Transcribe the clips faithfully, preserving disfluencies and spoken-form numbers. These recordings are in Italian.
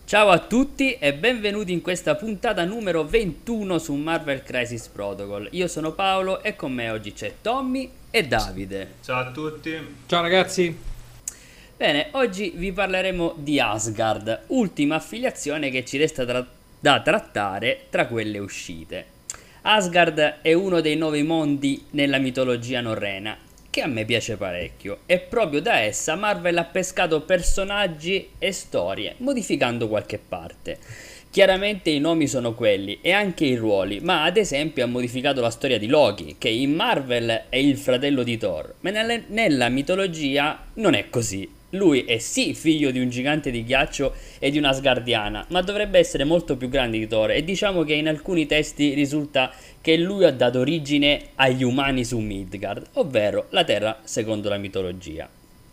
Ciao a tutti e benvenuti in questa puntata numero ventuno su Marvel Crisis Protocol. Io sono Paolo e con me oggi c'è Tommy e Davide. Ciao a tutti. Ciao ragazzi. Bene, oggi vi parleremo di Asgard, ultima affiliazione che ci resta tra- da trattare tra quelle uscite. Asgard è uno dei nove mondi nella mitologia norrena, che a me piace parecchio, e proprio da essa Marvel ha pescato personaggi e storie, modificando qualche parte. Chiaramente i nomi sono quelli e anche i ruoli, ma ad esempio ha modificato la storia di Loki, che in Marvel è il fratello di Thor, ma nelle- nella mitologia non è così. Lui è sì figlio di un gigante di ghiaccio e di una Asgardiana, ma dovrebbe essere molto più grande di Thor, e diciamo che in alcuni testi risulta che lui ha dato origine agli umani su Midgard, ovvero la Terra secondo la mitologia.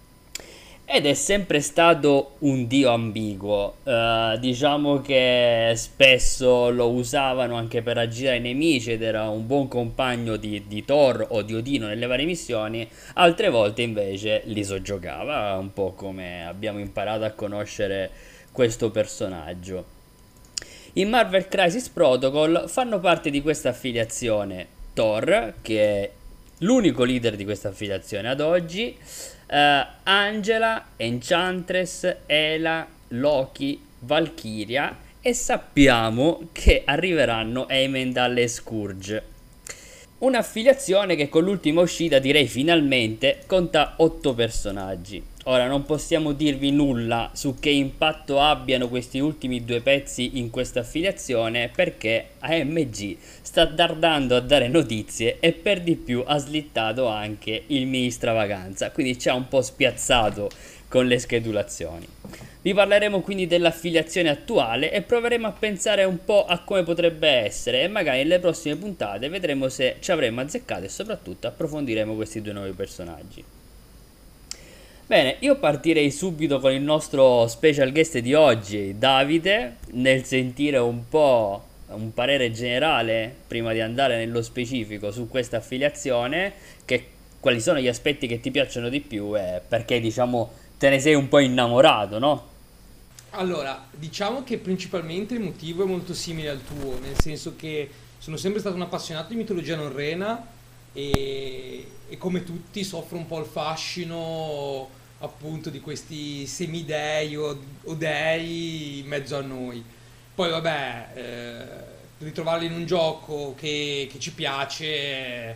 Ed è sempre stato un dio ambiguo, eh, diciamo che spesso lo usavano anche per aggirare i nemici ed era un buon compagno di, di Thor o di Odino nelle varie missioni, altre volte invece li soggiogava, un po' come abbiamo imparato a conoscere questo personaggio. In Marvel Crisis Protocol fanno parte di questa affiliazione Thor, che è l'unico leader di questa affiliazione ad oggi, eh, Angela, Enchantress, Ela, Loki, Valkyria e sappiamo che arriveranno Heimdall e Scourge. Un'affiliazione che con l'ultima uscita, direi finalmente, conta otto personaggi. Ora non possiamo dirvi nulla su che impatto abbiano questi ultimi due pezzi in questa affiliazione perché A M G sta tardando a dare notizie e per di più ha slittato anche il mini stravaganza, quindi ci ha un po' spiazzato con le schedulazioni. Vi parleremo quindi dell'affiliazione attuale e proveremo a pensare un po' a come potrebbe essere e magari nelle prossime puntate vedremo se ci avremo azzeccato e soprattutto approfondiremo questi due nuovi personaggi. Bene, io partirei subito con il nostro special guest di oggi, Davide, nel sentire un po' un parere generale prima di andare nello specifico su questa affiliazione, che quali sono gli aspetti che ti piacciono di più e perché diciamo te ne sei un po' innamorato, no? Allora, diciamo che principalmente il motivo è molto simile al tuo, nel senso che sono sempre stato un appassionato di mitologia norrena e, e come tutti soffro un po' il fascino appunto di questi semidei o, o dei in mezzo a noi. Poi vabbè, eh, ritrovarli in un gioco che, che ci piace è,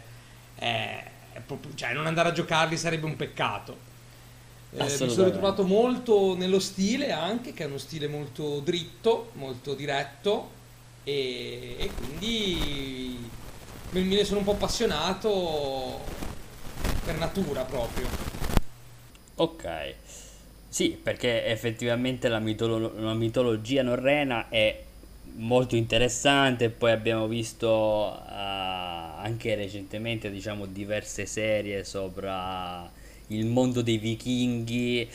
è proprio, cioè non andare a giocarli sarebbe un peccato. Eh, mi sono Assolutamente. ritrovato molto nello stile anche, che è uno stile molto dritto, molto diretto e, e quindi me me ne sono un po' appassionato per natura proprio. Ok. Sì, perché effettivamente la, mitolo- la mitologia norrena è molto interessante. Poi abbiamo visto eh, anche recentemente, diciamo, diverse serie sopra il mondo dei vichinghi.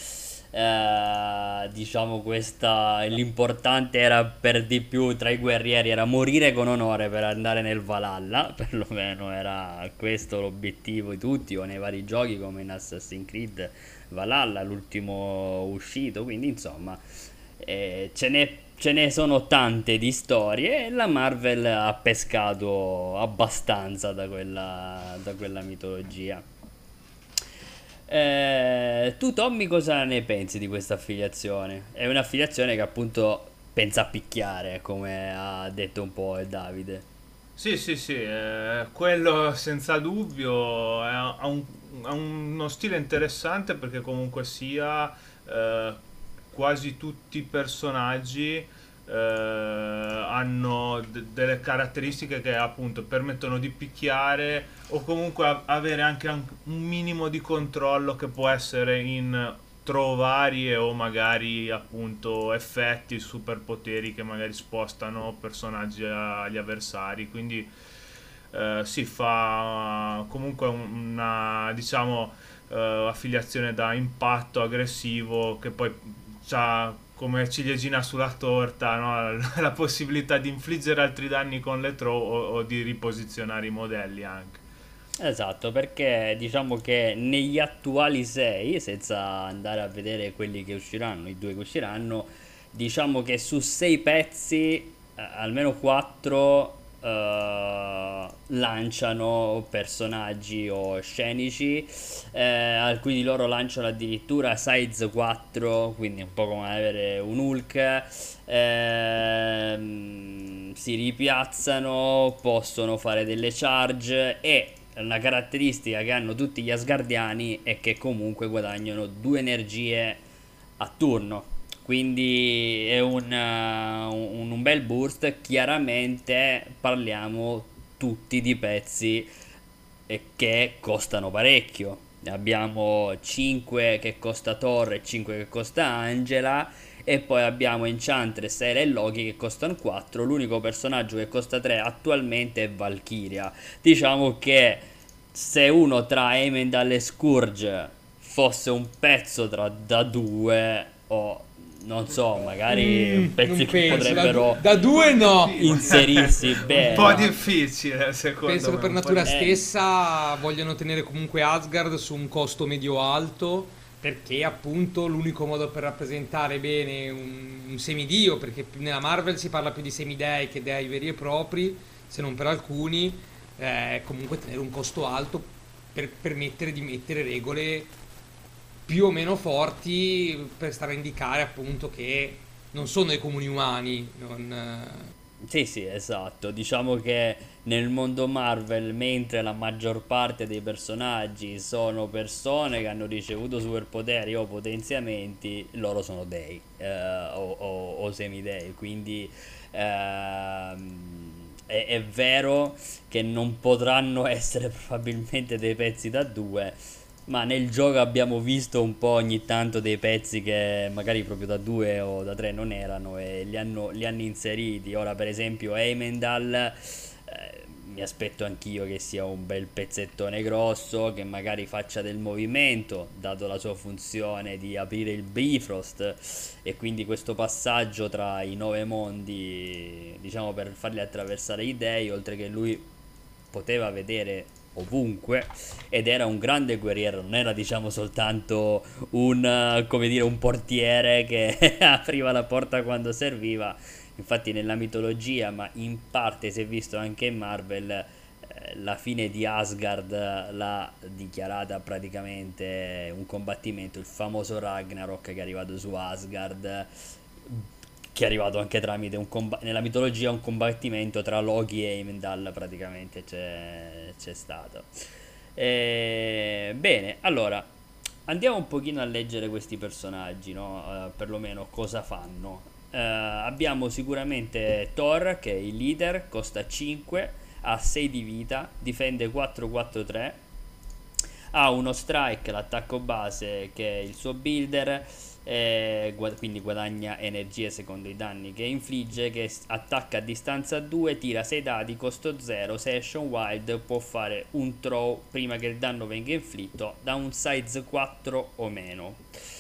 Eh, diciamo, questa l'importante era per di più tra i guerrieri era morire con onore per andare nel Valhalla, perlomeno era questo l'obiettivo di tutti, o nei vari giochi come in Assassin's Creed Valhalla, l'ultimo uscito, quindi insomma eh, ce ne, ce ne sono tante di storie e la Marvel ha pescato abbastanza da quella, da quella mitologia. Eh, tu Tommy cosa ne pensi di questa affiliazione? È un'affiliazione che appunto pensa a picchiare, come ha detto un po' il Davide. Sì, sì, sì, eh, quello senza dubbio è- ha, un- ha uno stile interessante perché comunque sia eh, quasi tutti i personaggi eh, hanno de- delle caratteristiche che appunto permettono di picchiare o comunque a- avere anche un un minimo di controllo che può essere in trovarie o magari appunto effetti, superpoteri che magari spostano personaggi agli avversari. Quindi eh, si fa comunque un- una diciamo eh, affiliazione da impatto aggressivo che poi ha come ciliegina sulla torta, no? La possibilità di infliggere altri danni con le throw o, o di riposizionare i modelli anche. Esatto, perché diciamo che negli attuali sei, senza andare a vedere quelli che usciranno, i due che usciranno, diciamo che su sei pezzi, eh, almeno quattro eh, lanciano personaggi o scenici, eh, alcuni di loro lanciano addirittura size quattro, quindi un po' come avere un Hulk, ehm, si ripiazzano, possono fare delle charge e una caratteristica che hanno tutti gli Asgardiani è che comunque guadagnano due energie a turno, quindi è un, uh, un, un bel boost. Chiaramente parliamo tutti di pezzi eh, che costano parecchio. Abbiamo cinque che costa Thor e cinque che costa Angela, e poi abbiamo Enchantress, Hela e Loki che costano quattro. L'unico personaggio che costa tre attualmente è Valkyria. Diciamo che se uno tra Heimdall e Scourge fosse un pezzo tra da due, o non so, magari Mm, pezzi non che penso, potrebbero da, da due no. inserirsi bene. Un po' difficile, secondo Penso me. che per un po' natura di- stessa vogliono tenere comunque Asgard su un costo medio-alto, perché appunto l'unico modo per rappresentare bene un, un semidio, perché nella Marvel si parla più di semidei che dei veri e propri, se non per alcuni, eh, comunque tenere un costo alto per permettere di mettere regole più o meno forti per stare a indicare appunto che non sono dei comuni umani, non, eh, Sì, sì, esatto. Diciamo che nel mondo Marvel, mentre la maggior parte dei personaggi sono persone che hanno ricevuto superpoteri o potenziamenti, loro sono dei eh, o, o- o semidei. Quindi ehm, è, è vero che non potranno essere probabilmente dei pezzi da due, ma nel gioco abbiamo visto un po' ogni tanto dei pezzi che magari proprio da due o da tre non erano e li hanno, li hanno inseriti. Ora per esempio Heimdall, eh, mi aspetto anch'io che sia un bel pezzettone grosso, che magari faccia del movimento, dato la sua funzione di aprire il Bifrost, e quindi questo passaggio tra i nove mondi, diciamo, per farli attraversare i dei, oltre che lui poteva vedere ovunque ed era un grande guerriero, non era diciamo soltanto un, eh, come dire, un portiere che apriva la porta quando serviva. Infatti nella mitologia, ma in parte si è visto anche in Marvel, eh, la fine di Asgard l'ha dichiarata praticamente un combattimento, il famoso Ragnarok che è arrivato su Asgard, che è arrivato anche tramite un combattimento, nella mitologia un combattimento tra Loki e Heimdall praticamente c'è, c'è stato. E, bene, allora andiamo un pochino a leggere questi personaggi, no? Eh, perlomeno cosa fanno. Eh, abbiamo sicuramente Thor che è il leader, costa cinque, ha sei di vita, difende quattro quattro tre, ha uno strike, l'attacco base che è il suo builder, eh, gua- quindi guadagna energie secondo i danni che infligge, che s- attacca a distanza due, tira sei dadi, costo zero, se Action Wild può fare un throw prima che il danno venga inflitto da un size quattro o meno.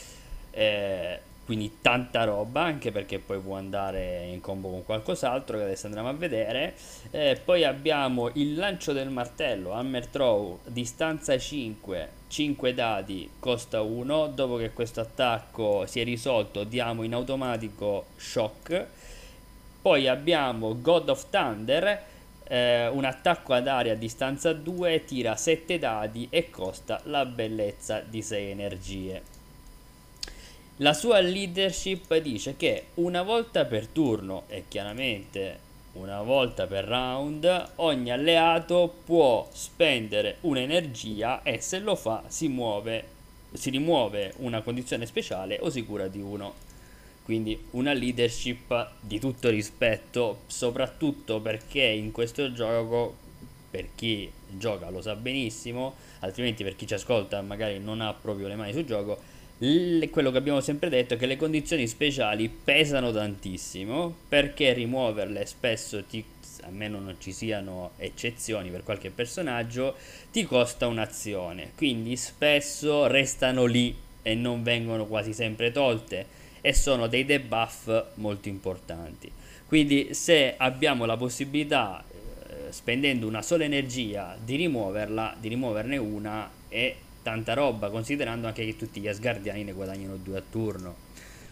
Eh, quindi tanta roba, anche perché poi può andare in combo con qualcos'altro che adesso andremo a vedere. Eh, poi abbiamo il lancio del martello, Hammer Throw, distanza cinque, cinque dadi, costa uno. Dopo che questo attacco si è risolto diamo in automatico Shock. Poi abbiamo God of Thunder, eh, un attacco ad aria a distanza due, tira sette dadi e costa la bellezza di sei energie. La sua leadership dice che una volta per turno e chiaramente una volta per round ogni alleato può spendere un'energia e se lo fa si muove, si rimuove una condizione speciale o si cura di uno. Quindi una leadership di tutto rispetto, soprattutto perché in questo gioco, per chi gioca lo sa benissimo, altrimenti per chi ci ascolta magari non ha proprio le mani sul gioco. L- quello che abbiamo sempre detto è che le condizioni speciali pesano tantissimo, perché rimuoverle spesso ti, a meno non ci siano eccezioni per qualche personaggio, ti costa un'azione, quindi spesso restano lì e non vengono quasi sempre tolte e sono dei debuff molto importanti. Quindi se abbiamo la possibilità, eh, spendendo una sola energia, di rimuoverla, di rimuoverne una, è tanta roba, considerando anche che tutti gli Asgardiani ne guadagnano due a turno.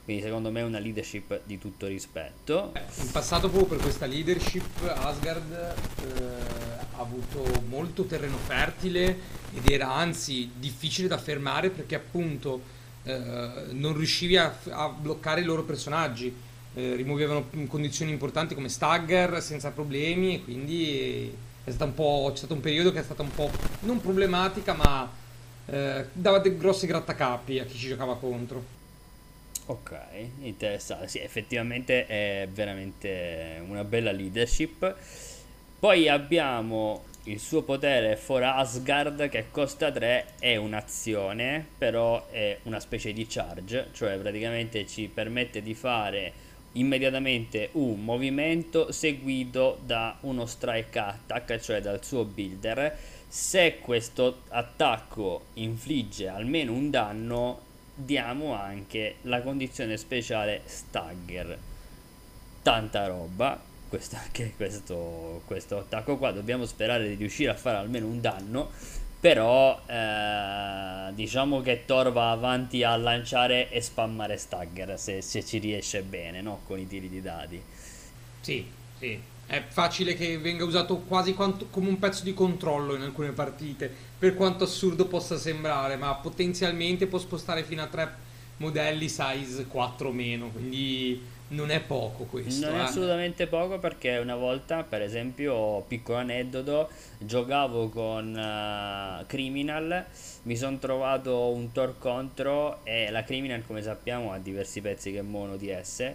quindi secondo me è una leadership di tutto rispetto. In passato proprio per questa leadership Asgard eh, ha avuto molto terreno fertile ed era anzi difficile da fermare perché appunto eh, non riuscivi a, a bloccare i loro personaggi, eh, rimuovevano condizioni importanti come stagger senza problemi e quindi è stato un po', c'è stato un periodo che è stata un po' non problematica ma eh, dava dei grossi grattacapi a chi ci giocava contro. Ok, interessante, sì, effettivamente è veramente una bella leadership. Poi abbiamo il suo potere For Asgard che costa tre, è un'azione, però è una specie di charge, cioè praticamente ci permette di fare immediatamente un movimento seguito da uno strike attack, cioè dal suo builder. Se questo attacco infligge almeno un danno, diamo anche la condizione speciale stagger. Tanta roba. Questo, anche questo, questo attacco qua dobbiamo sperare di riuscire a fare almeno un danno, però eh, diciamo che Thor va avanti a lanciare e spammare stagger se, se ci riesce bene, no? Con i tiri di dadi. Sì, sì. È facile che venga usato quasi quanto, come un pezzo di controllo in alcune partite, per quanto assurdo possa sembrare, ma potenzialmente può spostare fino a tre modelli size quattro o meno, quindi non è poco questo. Non è eh. assolutamente poco, perché una volta, per esempio, piccolo aneddoto, giocavo con uh, Criminal, mi sono trovato un Thor contro e la Criminal, come sappiamo, ha diversi pezzi che mono di esse.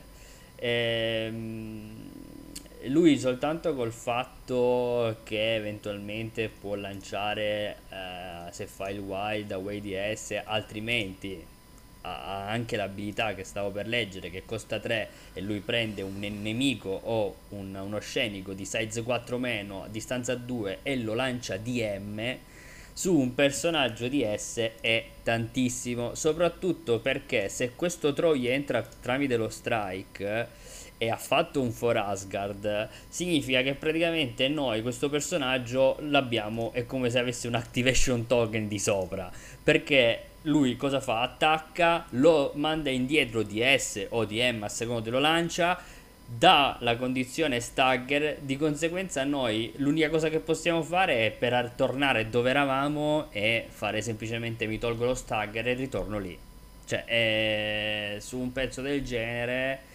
Ehm... Lui soltanto col fatto che eventualmente può lanciare eh, se fa il wild away di S, altrimenti ha anche l'abilità che stavo per leggere che costa tre e lui prende un nemico o un, uno scenico di size quattro meno a distanza due e lo lancia D M su un personaggio di S è tantissimo, soprattutto perché se questo Troy entra tramite lo strike e ha fatto un For Asgard, significa che praticamente noi questo personaggio l'abbiamo, è come se avesse un activation token di sopra, perché lui cosa fa? Attacca, lo manda indietro di S o di M a seconda lo lancia, dà la condizione stagger, di conseguenza noi l'unica cosa che possiamo fare è per tornare dove eravamo e fare semplicemente mi tolgo lo stagger e ritorno lì. Cioè è, su un pezzo del genere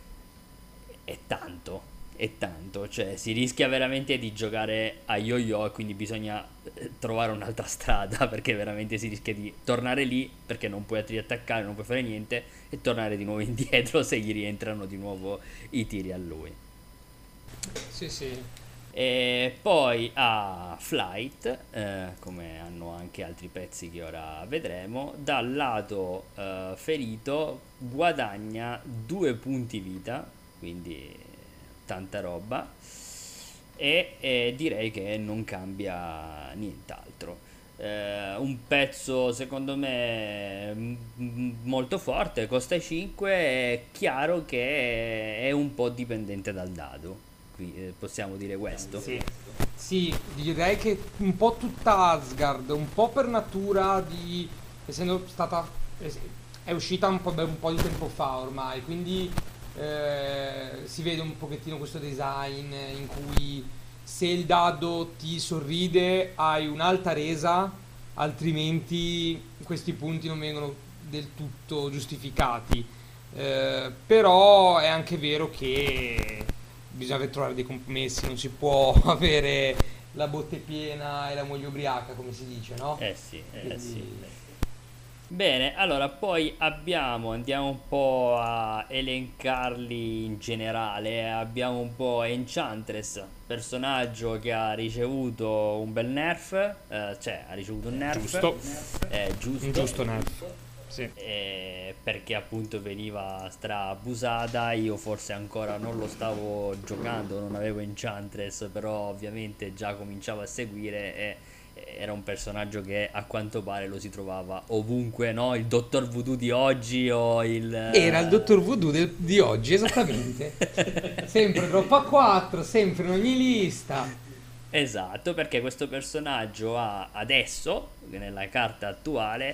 è tanto, è tanto, cioè si rischia veramente di giocare a yo-yo e quindi bisogna trovare un'altra strada, perché veramente si rischia di tornare lì perché non puoi riattaccare, non puoi fare niente e tornare di nuovo indietro se gli rientrano di nuovo i tiri a lui. Sì, sì. E poi ha Flight, eh, come hanno anche altri pezzi che ora vedremo. Dal lato eh, ferito guadagna due punti vita, quindi tanta roba, e, e direi che non cambia nient'altro. Eh, un pezzo secondo me m- molto forte, costa cinque, è chiaro che è un po' dipendente dal dado. Qui, eh, possiamo dire questo. Sì. Sì, direi che un po' tutta Asgard, un po' per natura di essendo stata è uscita un po', un po' di tempo fa ormai, quindi eh, si vede un pochettino questo design in cui se il dado ti sorride hai un'alta resa, altrimenti questi punti non vengono del tutto giustificati. Eh, però è anche vero che bisogna trovare dei compromessi, non si può avere la botte piena e la moglie ubriaca, come si dice, no? Eh sì, eh Quindi... sì. Bene, allora poi abbiamo, andiamo un po' a elencarli in generale. Abbiamo un po' Enchantress, personaggio che ha ricevuto un bel nerf, eh, cioè ha ricevuto un nerf, Giusto. eh, giusto, Un giusto nerf. Sì. eh, perché appunto veniva stra abusata. Io forse ancora non lo stavo giocando, non avevo Enchantress, però ovviamente già cominciavo a seguire e era un personaggio che a quanto pare lo si trovava ovunque, no? Il Dottor Voodoo di oggi o il... Era il Dottor Voodoo del, di oggi, esattamente. Sempre troppo a quattro, sempre in ogni lista. Esatto, perché questo personaggio ha adesso, nella carta attuale,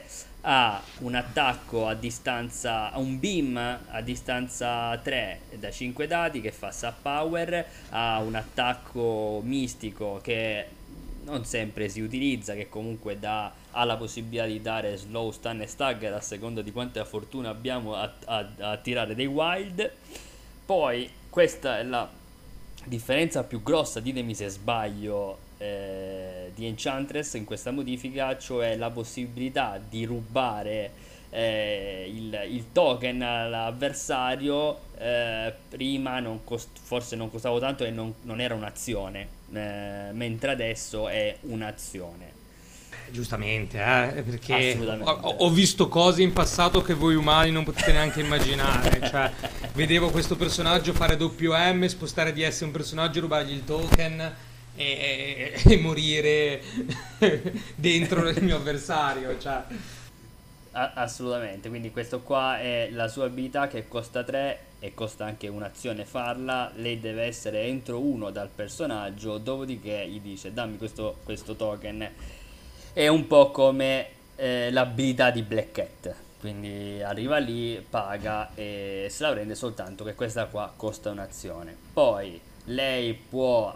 ha un attacco a distanza, ha un beam a distanza tre da cinque dadi che fa sap power, ha un attacco mistico che non sempre si utilizza, che comunque dà, ha la possibilità di dare slow, stun e stagger a seconda di quanta fortuna abbiamo a, a, a tirare dei wild. Poi questa è la differenza più grossa, ditemi se sbaglio, eh, di Enchantress in questa modifica, cioè la possibilità di rubare eh, il, il token all'avversario. Eh, prima non cost- forse non costava tanto e non, non era un'azione, eh, mentre adesso è un'azione. Giustamente, eh, perché Assolutamente. ho, ho visto cose in passato che voi umani non potete neanche immaginare. Cioè, vedevo questo personaggio fare doppio M, spostare di S un personaggio, rubargli il token e, e morire dentro il mio avversario. Cioè. A- assolutamente, quindi questo qua è la sua abilità che costa tre e costa anche un'azione farla. Lei deve essere entro uno dal personaggio, dopodiché gli dice dammi questo, questo token. È un po' come eh, l'abilità di Black Cat, quindi arriva lì, paga e se la prende, soltanto che questa qua costa un'azione. Poi lei può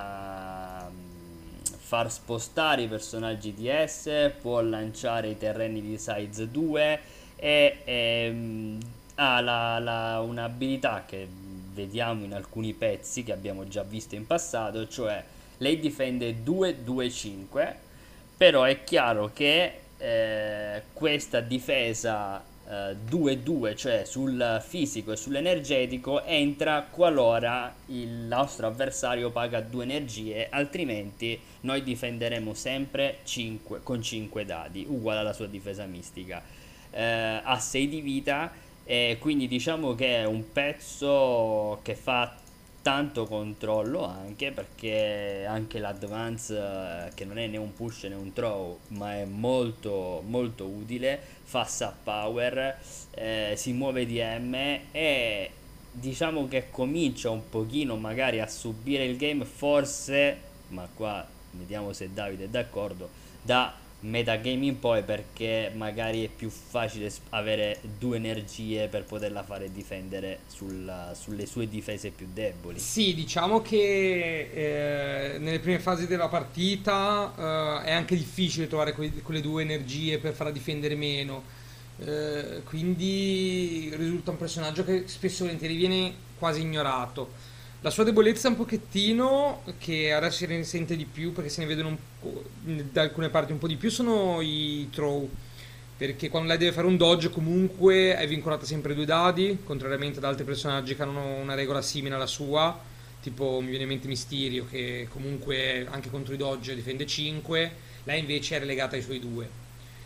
uh, far spostare i personaggi D S, può lanciare i terreni di size due e ehm, ha la, la, un'abilità che vediamo in alcuni pezzi che abbiamo già visto in passato, cioè lei difende due due cinque. Però è chiaro che eh, questa difesa eh, due due, cioè sul fisico e sull'energetico, entra qualora il nostro avversario paga due energie, altrimenti noi difenderemo sempre cinque, con cinque dadi, uguale alla sua difesa mistica. Eh, ha sei di vita e quindi diciamo che è un pezzo che fa tanto controllo, anche perché anche l'advance, eh, che non è né un push né un throw ma è molto molto utile, fa sap power, eh, si muove D M e diciamo che comincia un pochino magari a subire il game, forse, ma qua vediamo se Davide è d'accordo, da metagame in poi, perché magari è più facile avere due energie per poterla fare difendere sulla, sulle sue difese più deboli. Sì, diciamo che eh, nelle prime fasi della partita eh, è anche difficile trovare que- quelle due energie per farla difendere meno. Eh, quindi risulta un personaggio che spesso e volentieri viene quasi ignorato. La sua debolezza è un pochettino, che adesso si risente di più perché se ne vedono un po', da alcune parti un po' di più, sono i throw. Perché quando lei deve fare un dodge comunque è vincolata sempre ai due dadi, contrariamente ad altri personaggi che hanno una regola simile alla sua. Tipo mi viene in mente Mysterio, che comunque anche contro i dodge difende cinque, lei invece è relegata ai suoi due.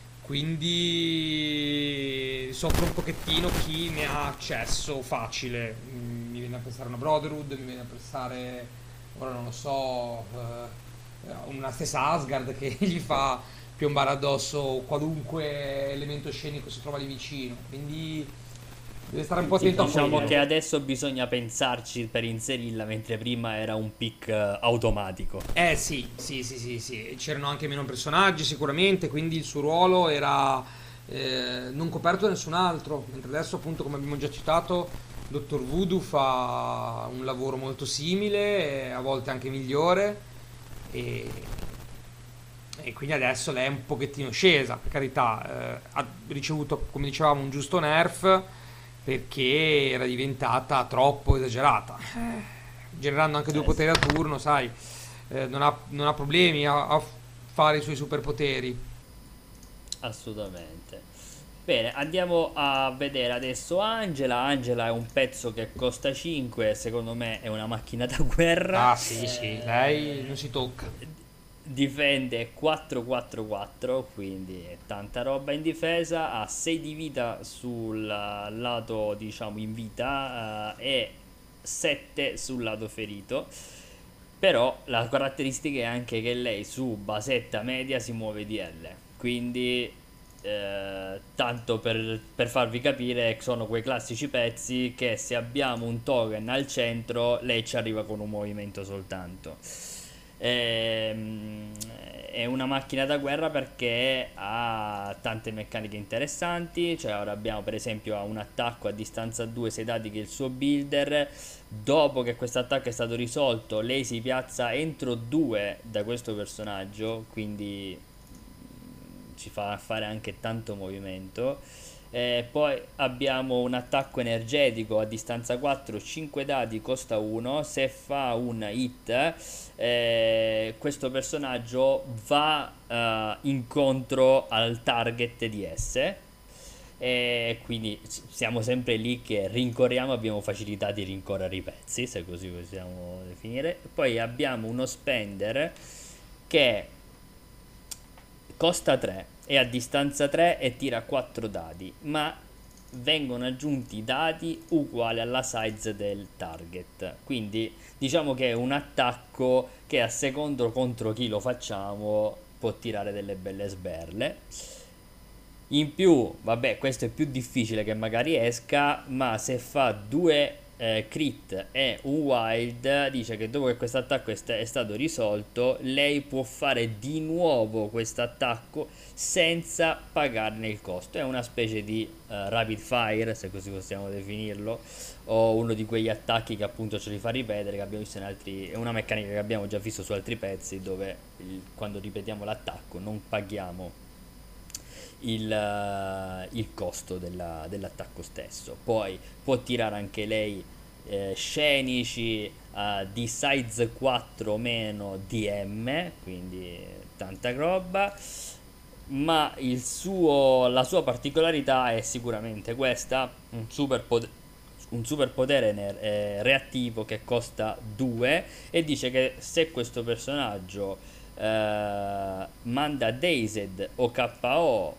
Quindi soffro un pochettino chi ne ha accesso facile. Mm, Mi viene a pensare una Brotherhood, mi viene a pensare, ora non lo so, eh, una stessa Asgard che gli fa piombare addosso qualunque elemento scenico si trova lì vicino. Quindi deve stare un po' Sì, attento a diciamo quello. che adesso bisogna pensarci per inserirla, mentre prima era un pick eh, automatico. Eh sì, sì, sì, sì, sì, c'erano anche meno personaggi sicuramente, quindi il suo ruolo era eh, non coperto da nessun altro, mentre adesso appunto come abbiamo già citato dottor Voodoo fa un lavoro molto simile, e a volte anche migliore e, e quindi adesso lei è un pochettino scesa, per carità, eh, ha ricevuto come dicevamo un giusto nerf perché era diventata troppo esagerata, generando anche due Eh, poteri a turno, sai, eh, non ha, non ha problemi a, a fare i suoi superpoteri. assolutamente. Bene, andiamo a vedere adesso Angela. Angela è un pezzo che costa cinque, secondo me è una macchina da guerra. Ah sì, sì, lei non si tocca. Difende quattro quattro quattro, quindi è tanta roba in difesa, ha sei di vita sul lato diciamo in vita eh, e sette sul lato ferito. Però la caratteristica è anche che lei su basetta media si muove D L, quindi eh, tanto per, per farvi capire, sono quei classici pezzi che se abbiamo un token al centro lei ci arriva con un movimento soltanto. Ehm, è una macchina da guerra perché ha tante meccaniche interessanti, cioè ora abbiamo per esempio ha un attacco a distanza due sei dadi che è il suo builder, dopo che questo attacco è stato risolto lei si piazza entro due da questo personaggio, quindi mm, ci fa fare anche tanto movimento. Eh, poi abbiamo un attacco energetico a distanza quattro, cinque dadi, costa uno. Se fa un hit, eh, questo personaggio va eh, incontro al target di S. E quindi siamo sempre lì che rincorriamo, abbiamo facilità di rincorrere i pezzi, se così possiamo definire. Poi abbiamo uno spender che costa tre, è a distanza tre e tira quattro dadi, ma vengono aggiunti dadi uguali alla size del target. Quindi diciamo che è un attacco che a secondo contro chi lo facciamo può tirare delle belle sberle. In più, vabbè, questo è più difficile che magari esca, ma se fa due eh, crit e un wild, dice che dopo che questo attacco è, sta- è stato risolto, lei può fare di nuovo questo attacco senza pagarne il costo. È una specie di eh, rapid fire, se così possiamo definirlo, o uno di quegli attacchi che appunto ce li fa ripetere, che abbiamo visto in altri. È una meccanica che abbiamo già visto su altri pezzi, dove il- quando ripetiamo l'attacco non paghiamo il, eh, il costo della- dell'attacco stesso. Poi può tirare anche lei eh, scenici eh, di size quattro o meno D M, quindi tanta roba. Ma il suo, la sua particolarità è sicuramente questa: un super un superpotere ne- eh, reattivo che costa due, e dice che se questo personaggio eh, manda Dazed o K O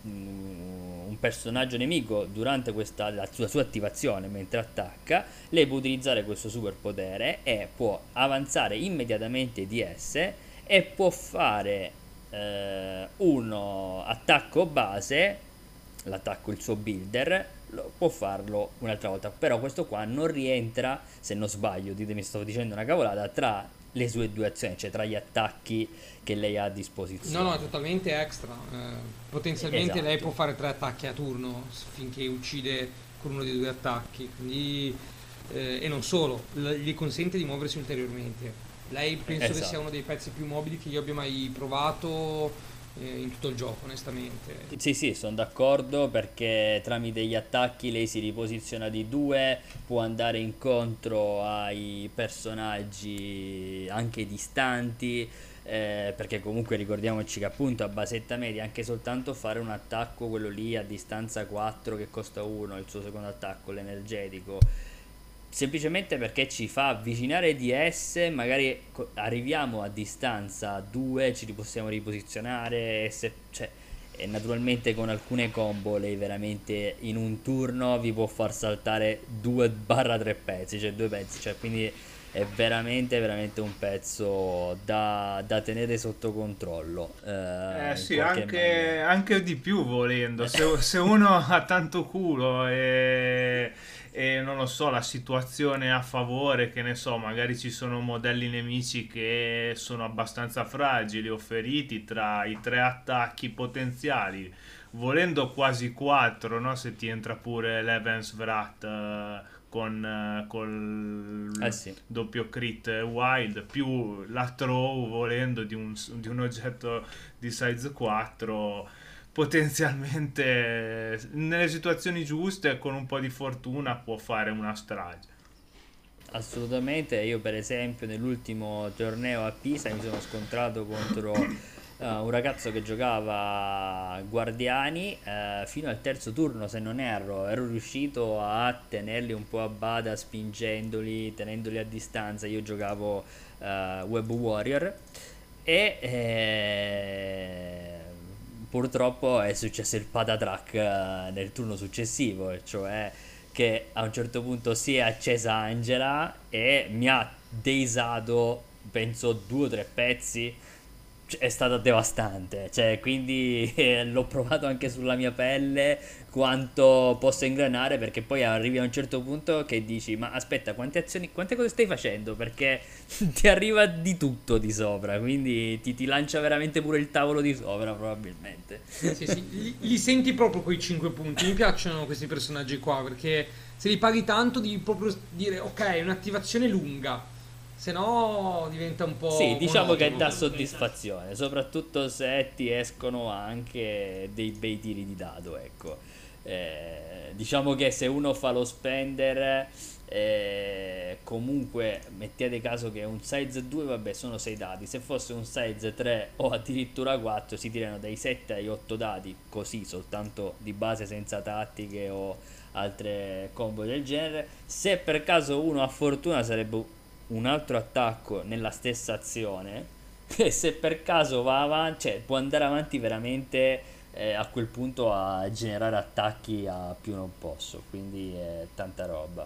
mm, un personaggio nemico durante questa, la sua, sua attivazione mentre attacca, lei può utilizzare questo superpotere e può avanzare immediatamente di S e può fare eh, uno attacco base, l'attacco il suo builder, lo, può farlo un'altra volta, però questo qua non rientra, se non sbaglio, ditemi se sto dicendo una cavolata, tra le sue due azioni, cioè tra gli attacchi che lei ha a disposizione. No, no, è totalmente extra. Eh, potenzialmente Esatto. lei può fare tre attacchi a turno s- finché uccide con uno dei due attacchi. Quindi, eh, e non solo, l- gli consente di muoversi ulteriormente. Lei penso che sia Esatto. uno dei pezzi più mobili che io abbia mai provato eh, in tutto il gioco, onestamente. Sì, sì, sono d'accordo perché tramite gli attacchi lei si riposiziona di due, può andare incontro ai personaggi anche distanti, eh, perché comunque ricordiamoci che appunto a basetta media anche soltanto fare un attacco, quello lì a distanza quattro che costa uno, il suo secondo attacco, l'energetico, semplicemente perché ci fa avvicinare di S, magari co- arriviamo a distanza due, ci possiamo riposizionare, se- cioè, e naturalmente con alcune combo lei veramente in un turno vi può far saltare due tre pezzi, cioè due pezzi, cioè quindi è veramente veramente un pezzo da, da tenere sotto controllo eh, Eh in sì, qualche anche, maniera. anche di più volendo. Se, se uno ha tanto culo e, e non lo so, la situazione è a favore, che ne so, magari ci sono modelli nemici che sono abbastanza fragili o feriti, tra i tre attacchi potenziali, volendo quasi quattro, no? Se ti entra pure l'Evans-Vrat eh, con eh, Eh col sì. doppio crit wild più la throw volendo di un, di un oggetto di size quattro, potenzialmente nelle situazioni giuste con un po' di fortuna può fare una strage. Assolutamente, io per esempio nell'ultimo torneo a Pisa mi sono scontrato contro eh, un ragazzo che giocava Guardiani, eh, fino al terzo turno se non erro, ero riuscito a tenerli un po' a bada spingendoli, tenendoli a distanza, io giocavo eh, Web Warrior e eh, purtroppo è successo il patatrack eh, nel turno successivo, e cioè che a un certo punto si è accesa Angela e mi ha deisato penso due o tre pezzi, è stata devastante, cioè quindi eh, l'ho provato anche sulla mia pelle quanto possa ingranare, perché poi arrivi a un certo punto che dici ma aspetta, quante azioni, quante cose stai facendo, perché ti arriva di tutto di sopra, quindi ti, ti lancia veramente pure il tavolo di sopra probabilmente. Sì, sì, li, li senti proprio quei cinque punti. Mi piacciono questi personaggi qua perché se li paghi tanto devi proprio dire ok, è un'attivazione lunga, se no diventa un Sì, po' diciamo che monotono. dà soddisfazione, soprattutto se ti escono anche dei bei tiri di dado, ecco. Eh, diciamo che se uno fa lo spender, eh, comunque mettiate caso che un size due, vabbè, sono sei dadi, se fosse un size tre o addirittura quattro si tirano dai sette ai otto dadi, così soltanto di base senza tattiche o altre combo del genere. Se per caso uno ha fortuna sarebbe un altro attacco nella stessa azione e se per caso va avanti, cioè può andare avanti veramente, eh, a quel punto a generare attacchi a più non posso, quindi è tanta roba.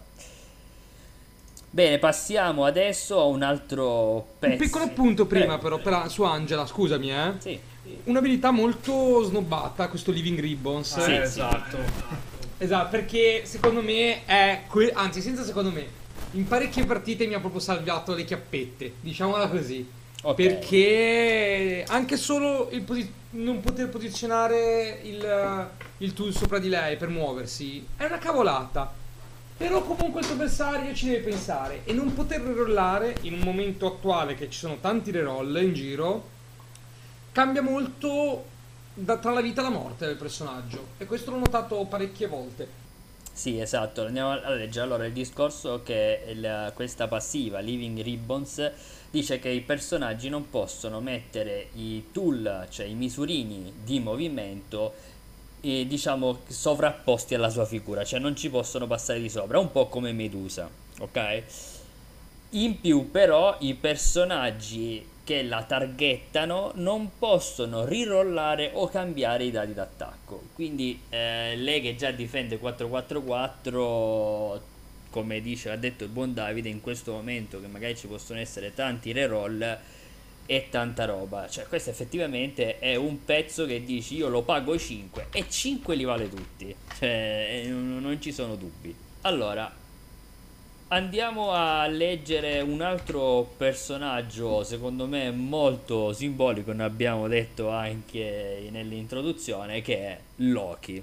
Bene, passiamo adesso a un altro Un pezzo. piccolo appunto prima Prego. però per- su Angela, scusami eh. Sì. Un'abilità molto snobbata, questo Living Ribbons. Ah, Sì, eh, sì. esatto. Esatto, perché secondo me è que- anzi, senza secondo me, in parecchie partite mi ha proprio salvato le chiappette, diciamola così. Ok. Perché anche solo il posi- non poter posizionare il, il tool sopra di lei per muoversi è una cavolata. Però comunque il tuo avversario ci deve pensare e non poter rerollare in un momento attuale che ci sono tanti reroll in giro cambia molto da- tra la vita e la morte del personaggio e questo l'ho notato parecchie volte. Sì, esatto, andiamo a leggere. Allora, il discorso che il- questa passiva, Living Ribbons, dice che i personaggi non possono mettere i tool, cioè i misurini di movimento, eh, diciamo, sovrapposti alla sua figura, cioè non ci possono passare di sopra, un po' come Medusa, ok? In più però i personaggi che la targettano non possono rirollare o cambiare i dadi d'attacco. Quindi eh, lei che già difende quattro quattro quattro, come dice, ha detto il buon Davide, in questo momento che magari ci possono essere tanti reroll e tanta roba. Cioè questo effettivamente è un pezzo che dici io lo pago cinque e cinque li vale tutti. Cioè eh, non non ci sono dubbi. Allora, andiamo a leggere un altro personaggio, secondo me molto simbolico, ne abbiamo detto anche nell'introduzione, che è Loki.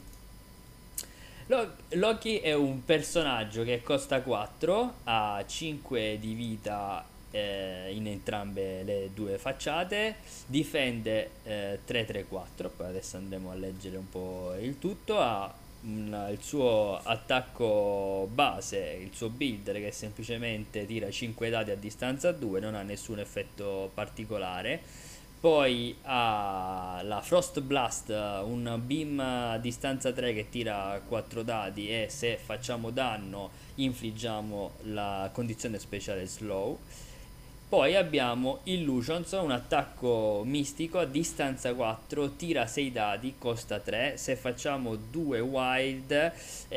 Lo- Loki è un personaggio che costa quattro, ha cinque di vita eh, in entrambe le due facciate, difende eh, tre tre quattro, poi adesso andremo a leggere un po' il tutto, ha un- il suo attacco base, il suo builder che semplicemente tira cinque dadi a distanza due, non ha nessun effetto particolare. Poi ha la Frost Blast, un beam a distanza tre che tira quattro dadi e se facciamo danno infliggiamo la condizione speciale slow. Poi abbiamo Illusions, un attacco mistico a distanza quattro, tira sei dadi, costa tre. Se facciamo due wild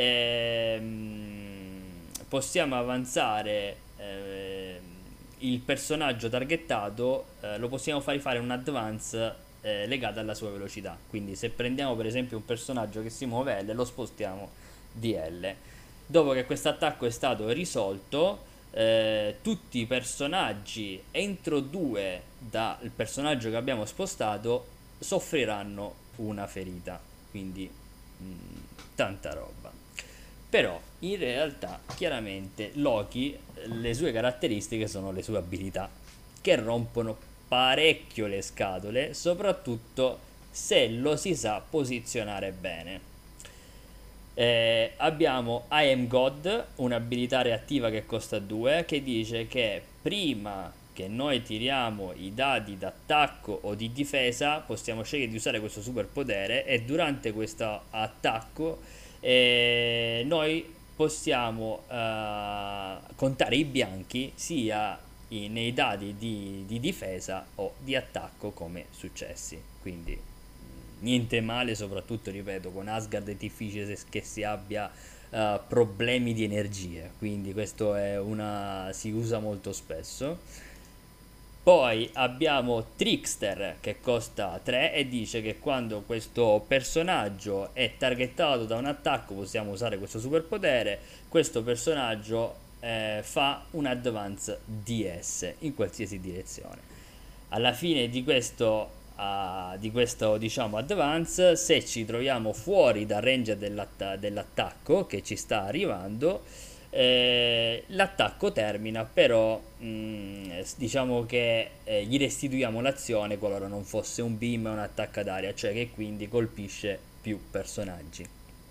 ehm, possiamo avanzare ehm, il personaggio targettato, eh, lo possiamo fare fare un advance eh, legato alla sua velocità. Quindi se prendiamo per esempio un personaggio che si muove L, lo spostiamo di L. Dopo che questo attacco è stato risolto, eh, tutti i personaggi entro due dal personaggio che abbiamo spostato soffriranno una ferita, quindi mh, tanta roba. Però in realtà chiaramente Loki, le sue caratteristiche sono le sue abilità che rompono parecchio le scatole, soprattutto se lo si sa posizionare bene. Eh, abbiamo I Am God, un'abilità reattiva che costa due, che dice che prima che noi tiriamo i dadi d'attacco o di difesa possiamo scegliere di usare questo superpotere e durante questo attacco eh, noi possiamo eh, contare i bianchi sia i- nei dadi di, di difesa o di attacco come successi. Quindi niente male, soprattutto ripeto, con Asgard è difficile se- che si abbia eh, problemi di energie, quindi questo è una si usa molto spesso. Poi abbiamo Trickster che costa tre e dice che quando questo personaggio è targettato da un attacco possiamo usare questo superpotere. Questo personaggio eh, fa un advance D S in qualsiasi direzione. Alla fine di questo, uh, di questo diciamo advance, se ci troviamo fuori dal range dell'atta- dell'attacco che ci sta arrivando, eh, l'attacco termina, però mh, diciamo che eh, gli restituiamo l'azione qualora non fosse un beam o un attacco ad aria, cioè che quindi colpisce più personaggi.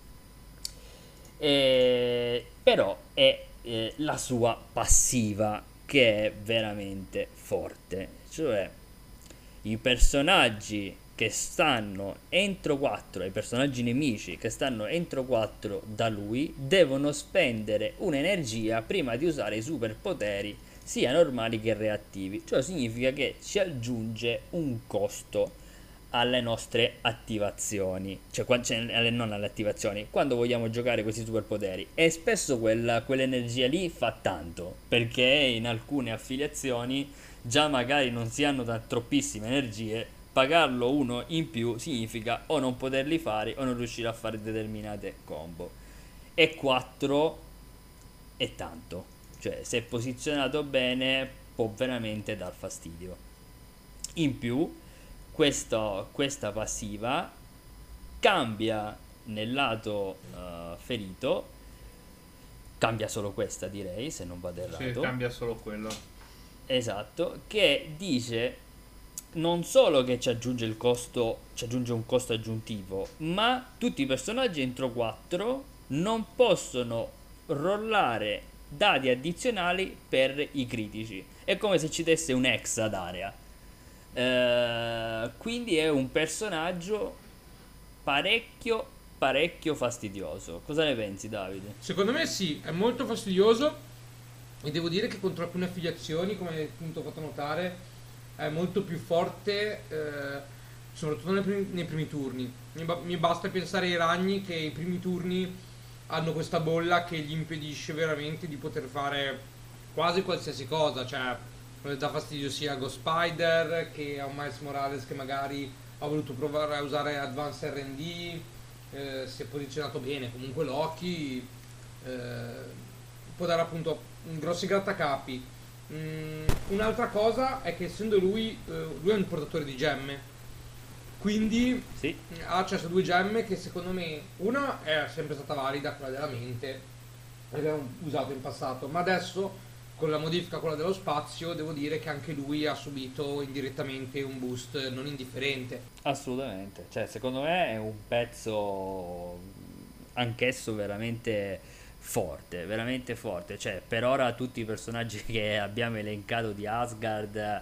E, però è eh, la sua passiva che è veramente forte, cioè i personaggi che stanno entro quattro, i personaggi nemici che stanno entro quattro da lui devono spendere un'energia prima di usare i superpoteri sia normali che reattivi, cioè significa che ci aggiunge un costo alle nostre attivazioni, cioè, cioè non alle attivazioni, quando vogliamo giocare questi superpoteri, e spesso quella, quell'energia lì fa tanto, perché in alcune affiliazioni già magari non si hanno da troppissime energie, pagarlo uno in più significa o non poterli fare o non riuscire a fare determinate combo, e quattro è tanto, cioè se posizionato bene può veramente dar fastidio. In più questo, questa passiva cambia nel lato uh, ferito, cambia solo questa direi, se non vado errato. Sì, cambia solo quello. Esatto, che dice non solo che ci aggiunge il costo, ci aggiunge un costo aggiuntivo, ma tutti i personaggi entro quattro non possono rollare dadi addizionali per i critici. È come se ci desse un ex ad area. Uh, quindi è un personaggio parecchio parecchio fastidioso. Cosa ne pensi, Davide? Secondo me sì, è molto fastidioso, e devo dire che contro alcune affiliazioni, come appunto ho fatto notare, è molto più forte, eh, soprattutto nei primi, nei primi turni. Mi, ba- mi basta pensare ai ragni, che i primi turni hanno questa bolla che gli impedisce veramente di poter fare quasi qualsiasi cosa, cioè dà fastidio sia a Ghost Spider che a un Miles Morales che magari ha voluto provare a usare Advanced R and D, eh, si è posizionato bene. Comunque Loki eh, può dare appunto grossi grattacapi. Mm, un'altra cosa è che essendo lui, eh, lui è un portatore di gemme, quindi sì, ha accesso a due gemme che secondo me una è sempre stata valida, quella della mente, l'abbiamo usato in passato, ma adesso con la modifica, quella dello spazio, devo dire che anche lui ha subito indirettamente un boost non indifferente. Assolutamente, cioè secondo me è un pezzo anch'esso veramente forte, veramente forte, cioè per ora tutti i personaggi che abbiamo elencato di Asgard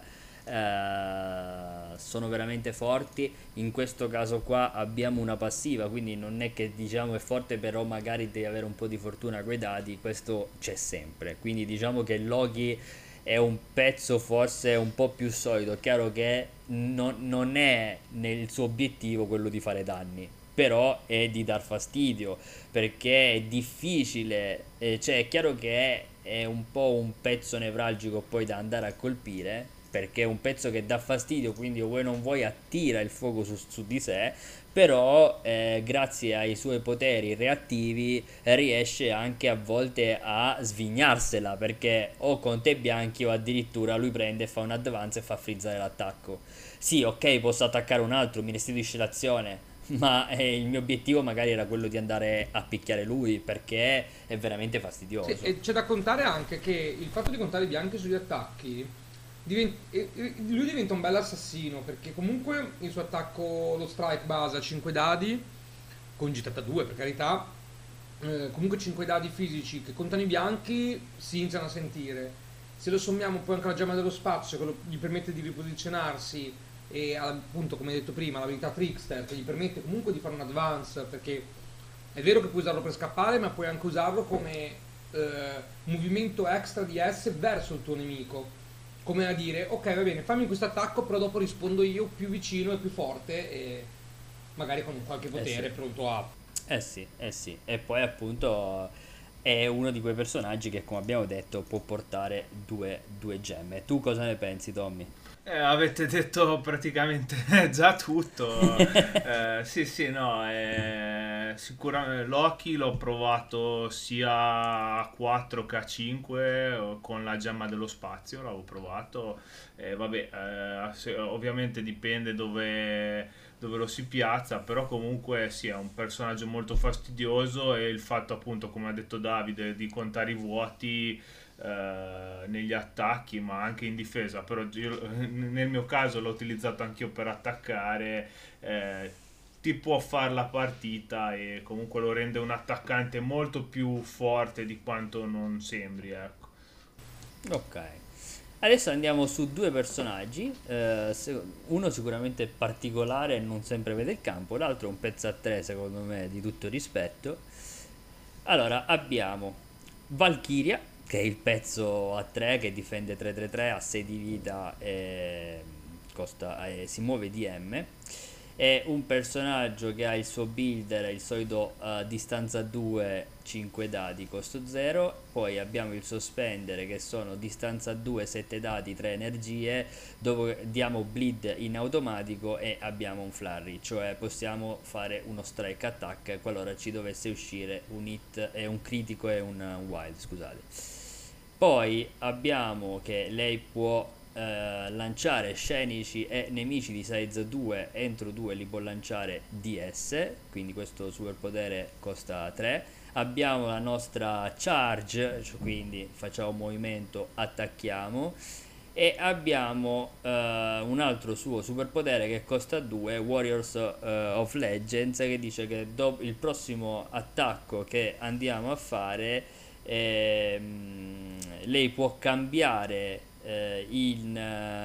eh, sono veramente forti. In questo caso qua abbiamo una passiva, quindi non è che diciamo è forte, però magari devi avere un po' di fortuna coi dadi, questo c'è sempre, quindi diciamo che Loki è un pezzo forse un po' più solido. È chiaro che non, non è nel suo obiettivo quello di fare danni, però è di dar fastidio, perché è difficile, eh, cioè è chiaro che è, è un po' un pezzo nevralgico poi da andare a colpire, perché è un pezzo che dà fastidio, quindi o vuoi non vuoi attira il fuoco su, su di sé, però eh, grazie ai suoi poteri reattivi eh, riesce anche a volte a svignarsela, perché o con te bianchi o addirittura lui prende e fa un advance e fa frizzare l'attacco. Sì, ok, posso attaccare un altro, mi restituisce l'azione, ma eh, il mio obiettivo magari era quello di andare a picchiare lui, perché è veramente fastidioso. Sì, e c'è da contare anche che il fatto di contare i bianchi sugli attacchi diventa, lui diventa un bel assassino, perché comunque il suo attacco, lo strike base a cinque dadi con G trentadue per carità, eh, comunque cinque dadi fisici che contano i bianchi si iniziano a sentire. Se lo sommiamo poi anche alla gemma dello spazio che lo, gli permette di riposizionarsi, e appunto come detto prima l'abilità Trickster che gli permette comunque di fare un advance, perché è vero che puoi usarlo per scappare, ma puoi anche usarlo come eh, movimento extra di S verso il tuo nemico, come a dire ok va bene, fammi questo attacco, però dopo rispondo io più vicino e più forte, e magari con qualche potere eh sì. pronto a... Eh sì, eh sì, e poi appunto è uno di quei personaggi che, come abbiamo detto, può portare due, due gemme. Tu cosa ne pensi, Tommy? Eh, avete detto praticamente già tutto. Eh, sì, sì, no, eh, sicuramente Loki l'ho provato sia a quattro che a cinque o con la gemma dello spazio, l'avevo provato. Eh, vabbè, eh, se- ovviamente dipende dove, dove lo si piazza, però comunque sì, è un personaggio molto fastidioso e il fatto appunto, come ha detto Davide, di contare i vuoti eh, negli attacchi ma anche in difesa, però io, nel mio caso l'ho utilizzato anch'io per attaccare, eh, ti può fare la partita e comunque lo rende un attaccante molto più forte di quanto non sembri, ecco. Ok. Adesso andiamo su due personaggi, eh, se- uno sicuramente particolare e non sempre vede il campo, l'altro è un pezzo a tre secondo me di tutto rispetto. Allora abbiamo Valkyria, che è il pezzo a tre che difende tre tre tre, ha sei di vita e costa, e si muove di M. È un personaggio che ha il suo builder, il solito eh, distanza due, cinque dadi, costo zero. Poi abbiamo il suo spender che sono distanza due, sette dadi, tre energie, dove diamo bleed in automatico e abbiamo un flurry, cioè possiamo fare uno strike attack qualora ci dovesse uscire un hit e un critico e un, un wild, scusate. Poi abbiamo che lei può eh, lanciare scenici e nemici di size due, entro due li può lanciare D S, quindi questo superpotere costa tre. Abbiamo la nostra charge, cioè quindi facciamo un movimento, attacchiamo. E abbiamo eh, un altro suo superpotere che costa due, Warriors eh, of Legends, che dice che dopo il prossimo attacco che andiamo a fare, ehm, lei può cambiare eh, in,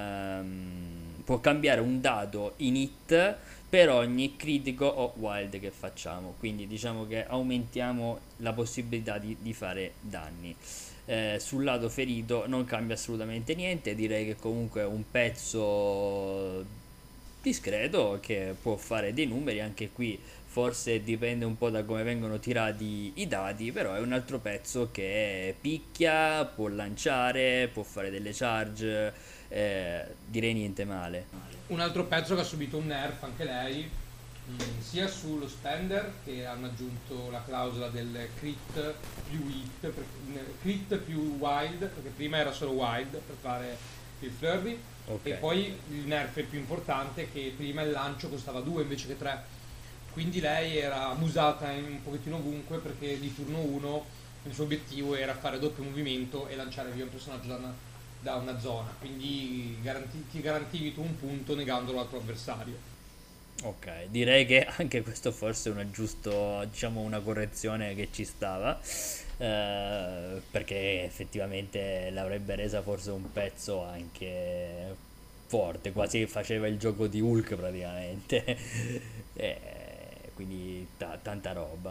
ehm, può cambiare un dado in hit per ogni critico o wild che facciamo, quindi diciamo che aumentiamo la possibilità di, di fare danni. Eh, sul lato ferito non cambia assolutamente niente, direi che comunque è un pezzo discreto che può fare dei numeri, anche qui forse dipende un po' da come vengono tirati i dati, però è un altro pezzo che picchia, può lanciare, può fare delle charge, eh, direi niente male. Un altro pezzo che ha subito un nerf anche lei, mh, sia sullo spender che hanno aggiunto la clausola del crit più hit, per- crit più wild, perché prima era solo wild per fare il flurry, Ok. e poi il nerf più importante che prima il lancio costava due invece che tre, quindi lei era musata in un pochettino ovunque perché di turno uno il suo obiettivo era fare doppio movimento e lanciare via un personaggio da una, da una zona, quindi garanti- ti garantivi tu un punto negandolo al tuo avversario. Ok, direi che anche questo forse è un giusto, diciamo una correzione che ci stava, eh, perché effettivamente l'avrebbe resa forse un pezzo anche forte, quasi faceva il gioco di Hulk praticamente. Eh, quindi ta- tanta roba.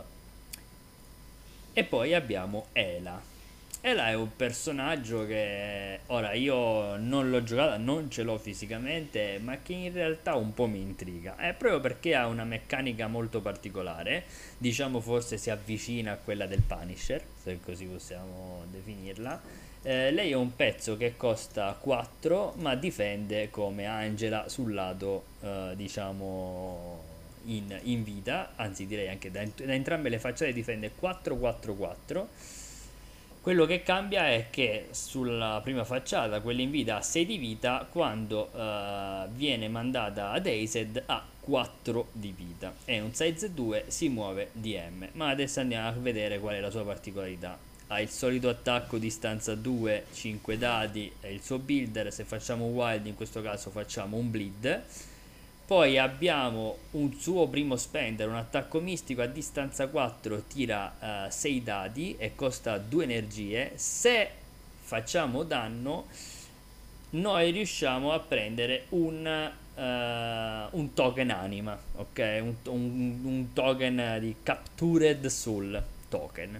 E poi abbiamo Ela. Ela è un personaggio che ora io non l'ho giocata, non ce l'ho fisicamente, ma che in realtà un po' mi intriga. È proprio perché ha una meccanica molto particolare, diciamo forse si avvicina a quella del Punisher, se così possiamo definirla. Eh, lei è un pezzo che costa quattro, ma difende come Angela sul lato, eh, diciamo, in, in vita, anzi direi anche da, ent- da entrambe le facciate difende quattro quattro quattro. Quello che cambia è che sulla prima facciata, quella in vita ha sei di vita, quando eh, viene mandata ad Aced ha quattro di vita. È un size due, si muove D M. Ma adesso andiamo a vedere qual è la sua particolarità. Ha il solito attacco distanza due, cinque dadi, è il suo builder, se facciamo wild in questo caso facciamo un bleed. Poi abbiamo un suo primo spender, un attacco mistico a distanza quattro, tira eh, sei dadi e costa due energie. Se facciamo danno, noi riusciamo a prendere un, eh, un token anima, ok? Un, un- un token di Captured Soul token.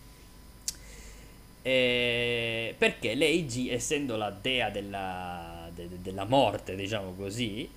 E perché lei, G, essendo la dea della, de- de- della morte, diciamo così,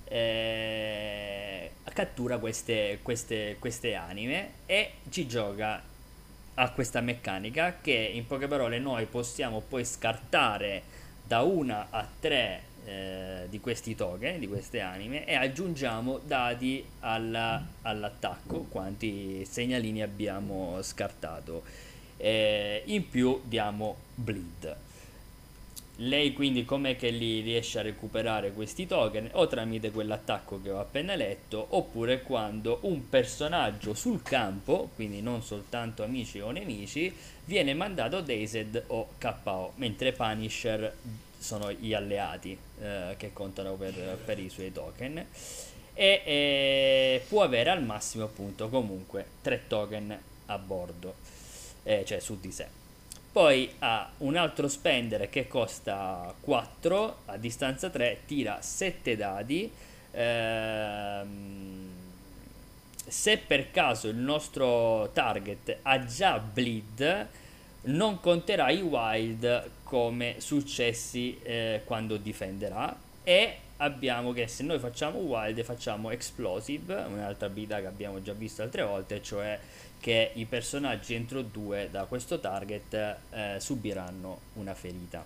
eh, cattura queste, queste, queste anime e ci gioca a questa meccanica che in poche parole noi possiamo poi scartare da una a tre eh, di questi token, di queste anime, e aggiungiamo dati alla- all'attacco, quanti segnalini abbiamo scartato. Eh, in più diamo bleed. Lei quindi com'è che li riesce a recuperare questi token? O tramite quell'attacco che ho appena letto, oppure quando un personaggio sul campo, quindi non soltanto amici o nemici, viene mandato dazed o K O, mentre Punisher sono gli alleati eh, che contano per, per i suoi token. E eh, può avere al massimo appunto comunque tre token a bordo, eh, cioè su di sé. Poi ha un altro spender che costa quattro, a distanza tre tira sette dadi. Ehm, se per caso il nostro target ha già bleed, non conterà i wild come successi eh, quando difenderà. E abbiamo che se noi facciamo wild facciamo explosive, un'altra abilità che abbiamo già visto altre volte, cioè che i personaggi entro due da questo target eh, subiranno una ferita.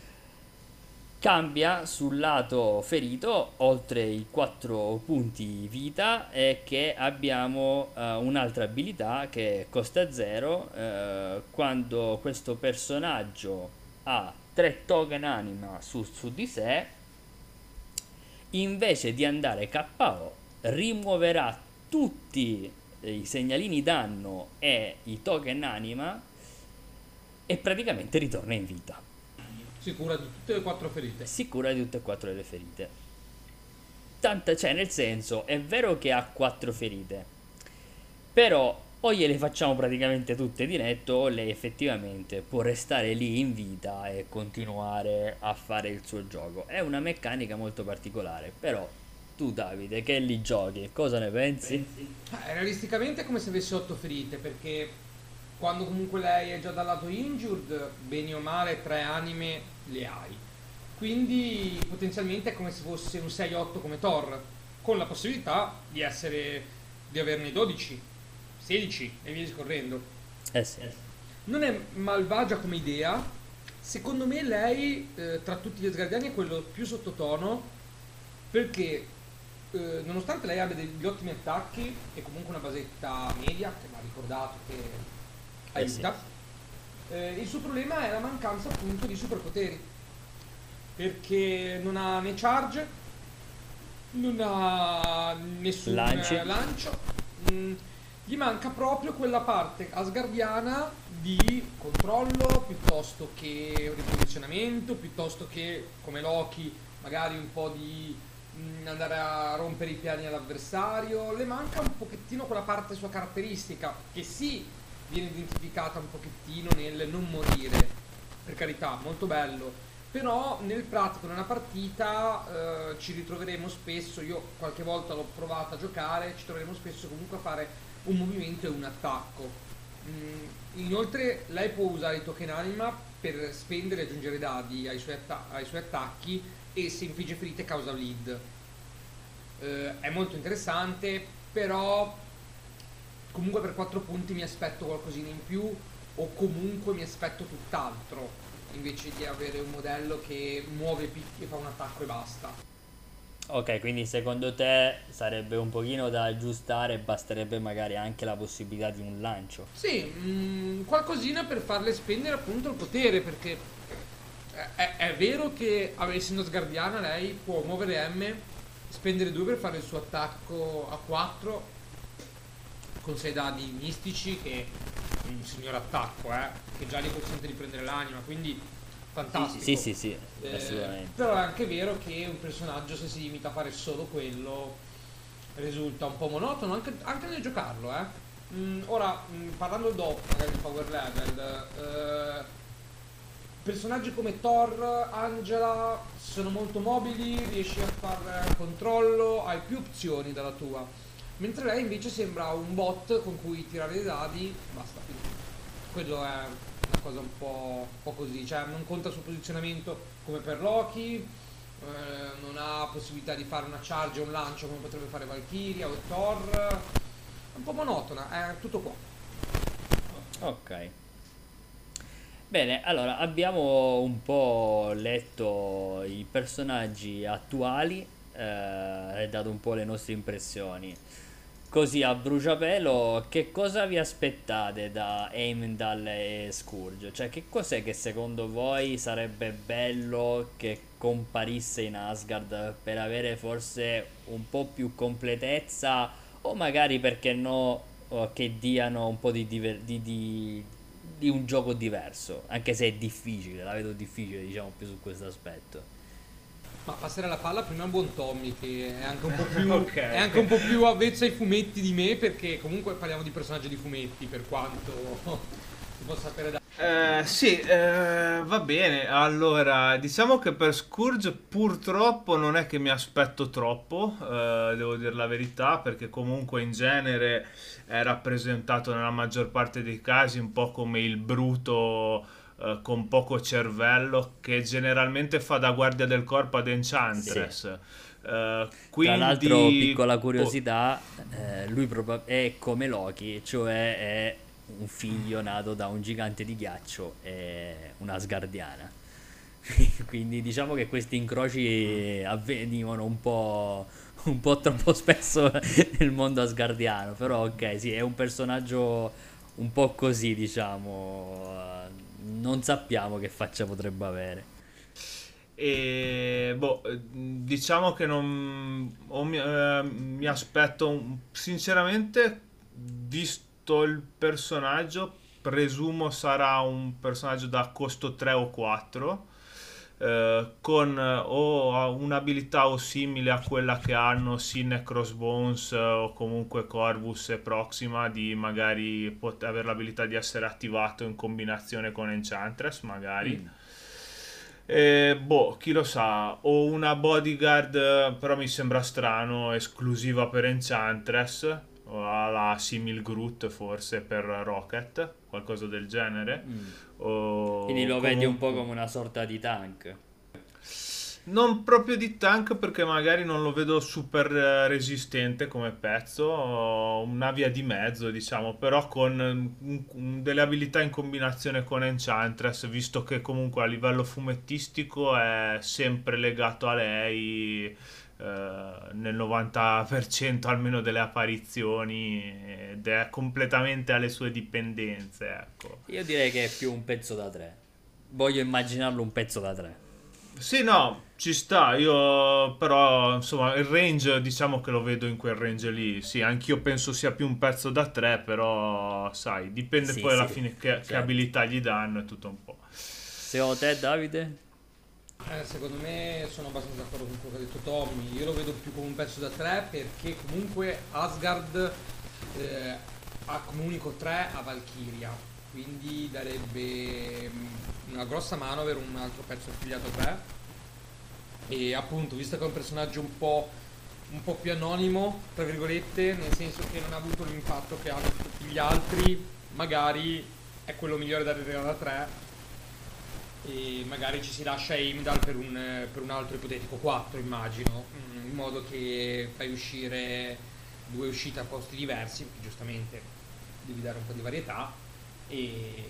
Cambia sul lato ferito, oltre i quattro punti vita, è che abbiamo eh, un'altra abilità che costa zero. Eh, quando questo personaggio ha tre token anima su, su di sé, invece di andare K O rimuoverà tutti i segnalini danno e i token anima e praticamente ritorna in vita. Sicura di tutte le quattro ferite. Sicura di tutte e quattro le ferite. Tanta, cioè nel senso, è vero che ha quattro ferite, però o gliele facciamo praticamente tutte di netto o lei effettivamente può restare lì in vita e continuare a fare il suo gioco. È una meccanica molto particolare, però tu Davide che li giochi, cosa ne pensi? Eh, realisticamente è come se avesse otto ferite, perché quando comunque lei è già dal lato injured, bene o male tre anime le hai. Quindi potenzialmente è come se fosse un sei otto come Thor, con la possibilità di essere di averne dodici, sedici e via discorrendo. Eh sì. Non è malvagia come idea. Secondo me lei eh, tra tutti gli Asgardiani è quello più sottotono, perché eh, nonostante lei abbia degli ottimi attacchi e comunque una basetta media, che va ricordato che aiuta, eh, il suo problema è la mancanza appunto di superpoteri, perché non ha né charge, non ha nessun Lanci. lancio, mm, gli manca proprio quella parte asgardiana di controllo piuttosto che riposizionamento, piuttosto che come Loki magari un po' di mh, andare a rompere i piani all'avversario. Le manca un pochettino quella parte sua caratteristica che sì viene identificata un pochettino nel non morire, per carità, molto bello, però nel pratico nella partita eh, ci ritroveremo spesso, io qualche volta l'ho provata a giocare, ci troveremo spesso comunque a fare un movimento e un attacco. Mm, inoltre lei può usare i token anima per spendere e aggiungere dadi ai suoi, atta- ai suoi attacchi, e se infligge ferite causa bleed. Eh, è molto interessante, però comunque per quattro punti mi aspetto qualcosina in più, o comunque mi aspetto tutt'altro, invece di avere un modello che muove picchi e fa un attacco e basta. Ok, quindi secondo te sarebbe un pochino da aggiustare, basterebbe magari anche la possibilità di un lancio. Sì, mh, qualcosina per farle spendere appunto il potere, perché è, è vero che essendo Asgardiana lei può muovere M, spendere due per fare il suo attacco a quattro con sei dadi mistici, che è un signor attacco, eh, che già gli consente di prendere l'anima, quindi fantastico. Sì, sì, sì, Eh, assolutamente. però è anche vero che un personaggio, se si limita a fare solo quello, risulta un po' monotono anche, anche nel giocarlo, eh. Mm, ora, mm, parlando dopo magari di power level, eh, personaggi come Thor, Angela sono molto mobili, riesci a fare controllo, hai più opzioni dalla tua, mentre lei invece sembra un bot con cui tirare dei dadi, basta. Quello è una cosa un po', un po' così, cioè non conta sul posizionamento come per Loki, eh, non ha possibilità di fare una charge o un lancio come potrebbe fare Valkyria o Thor, è un po' monotona, è tutto qua. Ok. Bene, allora abbiamo un po' letto i personaggi attuali eh, e dato un po' le nostre impressioni. Così a bruciapelo, che cosa vi aspettate da Heimdall e Scourge? Cioè, che cos'è che secondo voi sarebbe bello che comparisse in Asgard per avere forse un po' più completezza o magari perché no, o che diano un po' di, diver- di, di- di un gioco diverso, anche se è difficile, la vedo difficile, diciamo, più su questo aspetto. Ma passerei la palla prima al buon Tommy, che è anche un po' più, Ok. è anche un po' più avvezzo ai fumetti di me, perché comunque parliamo di personaggi di fumetti, per quanto si possa sapere da... Eh, sì, eh, va bene. Allora, diciamo che per Scourge purtroppo non è che mi aspetto troppo, eh, devo dire la verità, perché comunque in genere è rappresentato nella maggior parte dei casi un po' come il bruto, eh, con poco cervello, che generalmente fa da guardia del corpo ad Sì. Enchantress. Eh, Tra l'altro, quindi, piccola boh, curiosità, eh, lui proba- è come Loki, cioè è un figlio nato da un gigante di ghiaccio e una Asgardiana. Quindi diciamo che questi incroci avvenivano un po', un po' troppo spesso nel mondo asgardiano, però ok, sì, è un personaggio un po' così, diciamo, eh, non sappiamo che faccia potrebbe avere. E boh, eh, diciamo che non o mi, eh, mi aspetto un- sinceramente, visto il personaggio, presumo sarà un personaggio da costo tre o quattro, eh, con eh, o un'abilità o simile a quella che hanno Sin e Crossbones, eh, o comunque Corvus e Proxima, di magari pot- avere l'abilità di essere attivato in combinazione con Enchantress, magari. Mm. Eh, boh, chi lo sa, o una bodyguard, eh, però mi sembra strano, esclusiva per Enchantress, o alla simil Groot forse per Rocket, qualcosa del genere, Mm. Quindi o lo vedi un po' comunque... come una sorta di tank. Non proprio di tank, perché magari non lo vedo super eh, resistente come pezzo, o una via di mezzo, diciamo, però con mm, un- delle abilità in combinazione con Enchantress, visto che comunque a livello fumettistico è sempre legato a lei, eh, nel novanta per cento almeno delle apparizioni, ed è completamente alle sue dipendenze, ecco. Io direi che è più un pezzo da tre. Voglio immaginarlo un pezzo da tre. Sì, no, ci sta, io però insomma il range diciamo che lo vedo in quel range lì, sì, anch'io penso sia più un pezzo da tre, però sai, dipende Sì, poi alla sì, fine che, che certo. abilità gli danno e tutto un po'. Secondo te, Davide? Eh, secondo me sono abbastanza d'accordo con quello che ha detto Tommy. Io lo vedo più come un pezzo da tre, perché comunque Asgard eh, ha come unico tre a Valkyria, quindi darebbe mm, una grossa mano avere un altro pezzo affiliato a tre. E appunto, visto che è un personaggio un po', un po' più anonimo, tra virgolette, nel senso che non ha avuto l'impatto che hanno tutti gli altri, magari è quello migliore da regalare da tre, e magari ci si lascia Heimdall per un, eh, per un altro ipotetico quattro, immagino, mm, in modo che fai uscire due uscite a posti diversi, perché giustamente devi dare un po' di varietà, e,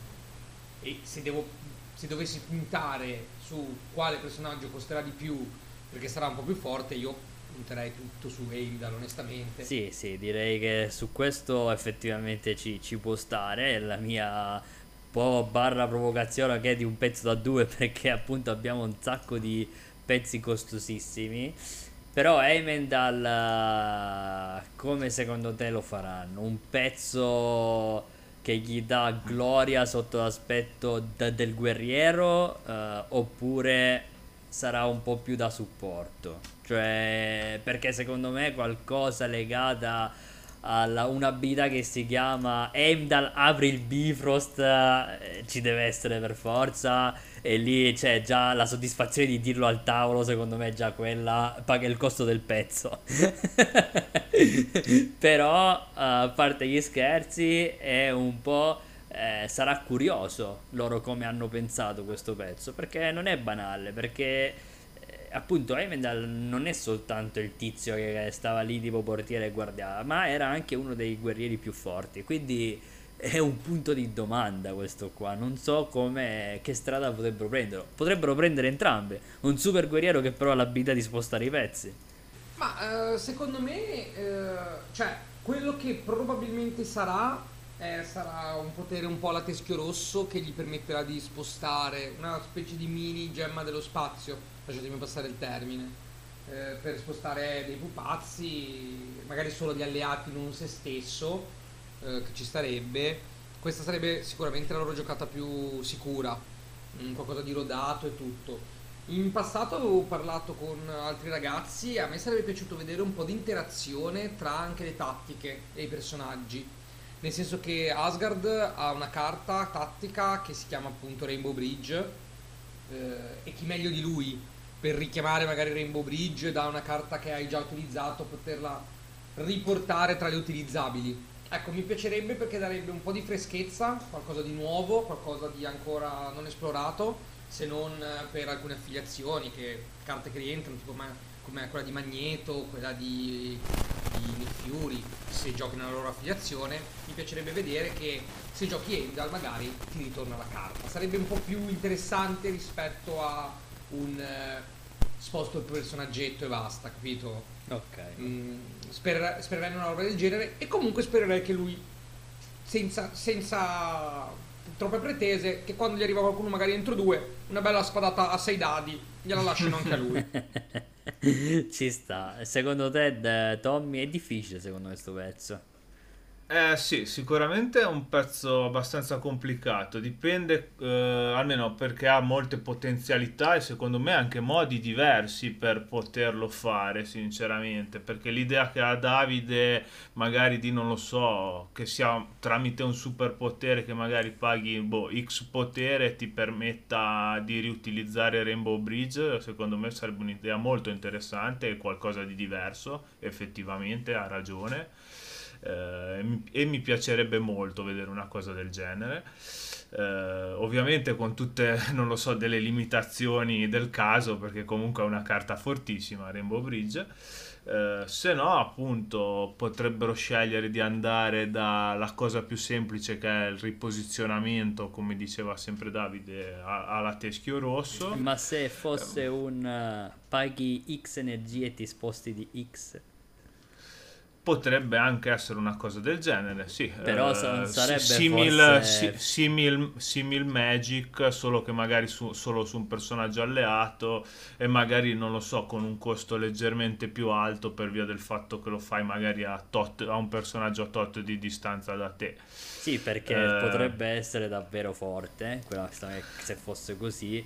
e se, devo, se dovessi puntare su quale personaggio costerà di più perché sarà un po' più forte, io punterei tutto su Heimdall, onestamente. Sì, sì, direi che su questo effettivamente ci, ci può stare. La mia po' barra provocazione che è di un pezzo da due perché appunto abbiamo un sacco di pezzi costosissimi. Però Emendal, eh, come secondo te lo faranno? Un pezzo che gli dà gloria sotto l'aspetto da- del guerriero, eh, oppure sarà un po' più da supporto? Cioè, perché secondo me qualcosa legata a un'abilità che si chiama Heimdall apri il Bifrost, eh, ci deve essere per forza, e lì c'è già la soddisfazione di dirlo al tavolo, secondo me già quella paga il costo del pezzo. Però a parte gli scherzi è un po', eh, sarà curioso loro come hanno pensato questo pezzo, perché non è banale, perché eh, appunto Heimdall non è soltanto il tizio che stava lì tipo portiere e guardava, ma era anche uno dei guerrieri più forti, quindi è un punto di domanda questo qua. Non so come, che strada potrebbero prendere. Potrebbero prendere entrambe. Un super guerriero che però ha l'abilità di spostare i pezzi. Ma eh, secondo me, eh, cioè, quello che probabilmente sarà, eh, sarà un potere un po' alla Teschio Rosso che gli permetterà di spostare una specie di mini gemma dello spazio, lasciatemi passare il termine, eh, per spostare dei pupazzi, magari solo gli alleati, non se stesso, eh, che ci starebbe. Questa sarebbe sicuramente la loro giocata più sicura, mm, qualcosa di rodato e tutto. In passato avevo parlato con altri ragazzi e a me sarebbe piaciuto vedere un po' di interazione tra anche le tattiche e i personaggi. Nel senso che Asgard ha una carta tattica che si chiama appunto Rainbow Bridge, eh, e chi meglio di lui per richiamare magari Rainbow Bridge da una carta che hai già utilizzato, poterla riportare tra le utilizzabili. Ecco, mi piacerebbe perché darebbe un po' di freschezza, qualcosa di nuovo, qualcosa di ancora non esplorato, se non eh, per alcune affiliazioni, che carte che rientrano, tipo ma- come quella di Magneto, quella di, di Nick Fury, se giochi nella loro affiliazione, mi piacerebbe vedere che se giochi Heimdall magari ti ritorna la carta. Sarebbe un po' più interessante rispetto a un eh, sposto il personaggetto e basta, capito? Ok. Mm, sper- spererei in una roba del genere e comunque spererei che lui, senza, senza troppe pretese, che quando gli arriva qualcuno magari entro due, una bella spadata a sei dadi, gliela lasciano anche a lui. Ci sta. Secondo te, d- Tommy, è difficile secondo questo pezzo? Eh sì, sicuramente è un pezzo abbastanza complicato, dipende, eh, almeno perché ha molte potenzialità e secondo me anche modi diversi per poterlo fare, sinceramente, perché l'idea che ha Davide, magari di, non lo so, che sia tramite un superpotere che magari paghi, boh, X potere e ti permetta di riutilizzare Rainbow Bridge, secondo me sarebbe un'idea molto interessante e qualcosa di diverso, effettivamente, ha ragione. Eh, e mi e mi piacerebbe molto vedere una cosa del genere. Eh, ovviamente con tutte, non lo so, delle limitazioni del caso, perché comunque è una carta fortissima Rainbow Bridge. Eh, se no, appunto, potrebbero scegliere di andare dalla cosa più semplice, che è il riposizionamento, come diceva sempre Davide, a- alla Teschio Rosso. Ma se fosse un eh, paghi X energie e ti sposti di X, Potrebbe anche essere una cosa del genere, sì. però so- non Eh, sarebbe simil, si- forse... simil, simil Magic, solo che magari su- solo su un personaggio alleato e magari, non lo so, con un costo leggermente più alto per via del fatto che lo fai magari a, tot, a un personaggio a tot di distanza da te. Sì, perché Eh, potrebbe essere davvero forte, quella- se fosse così,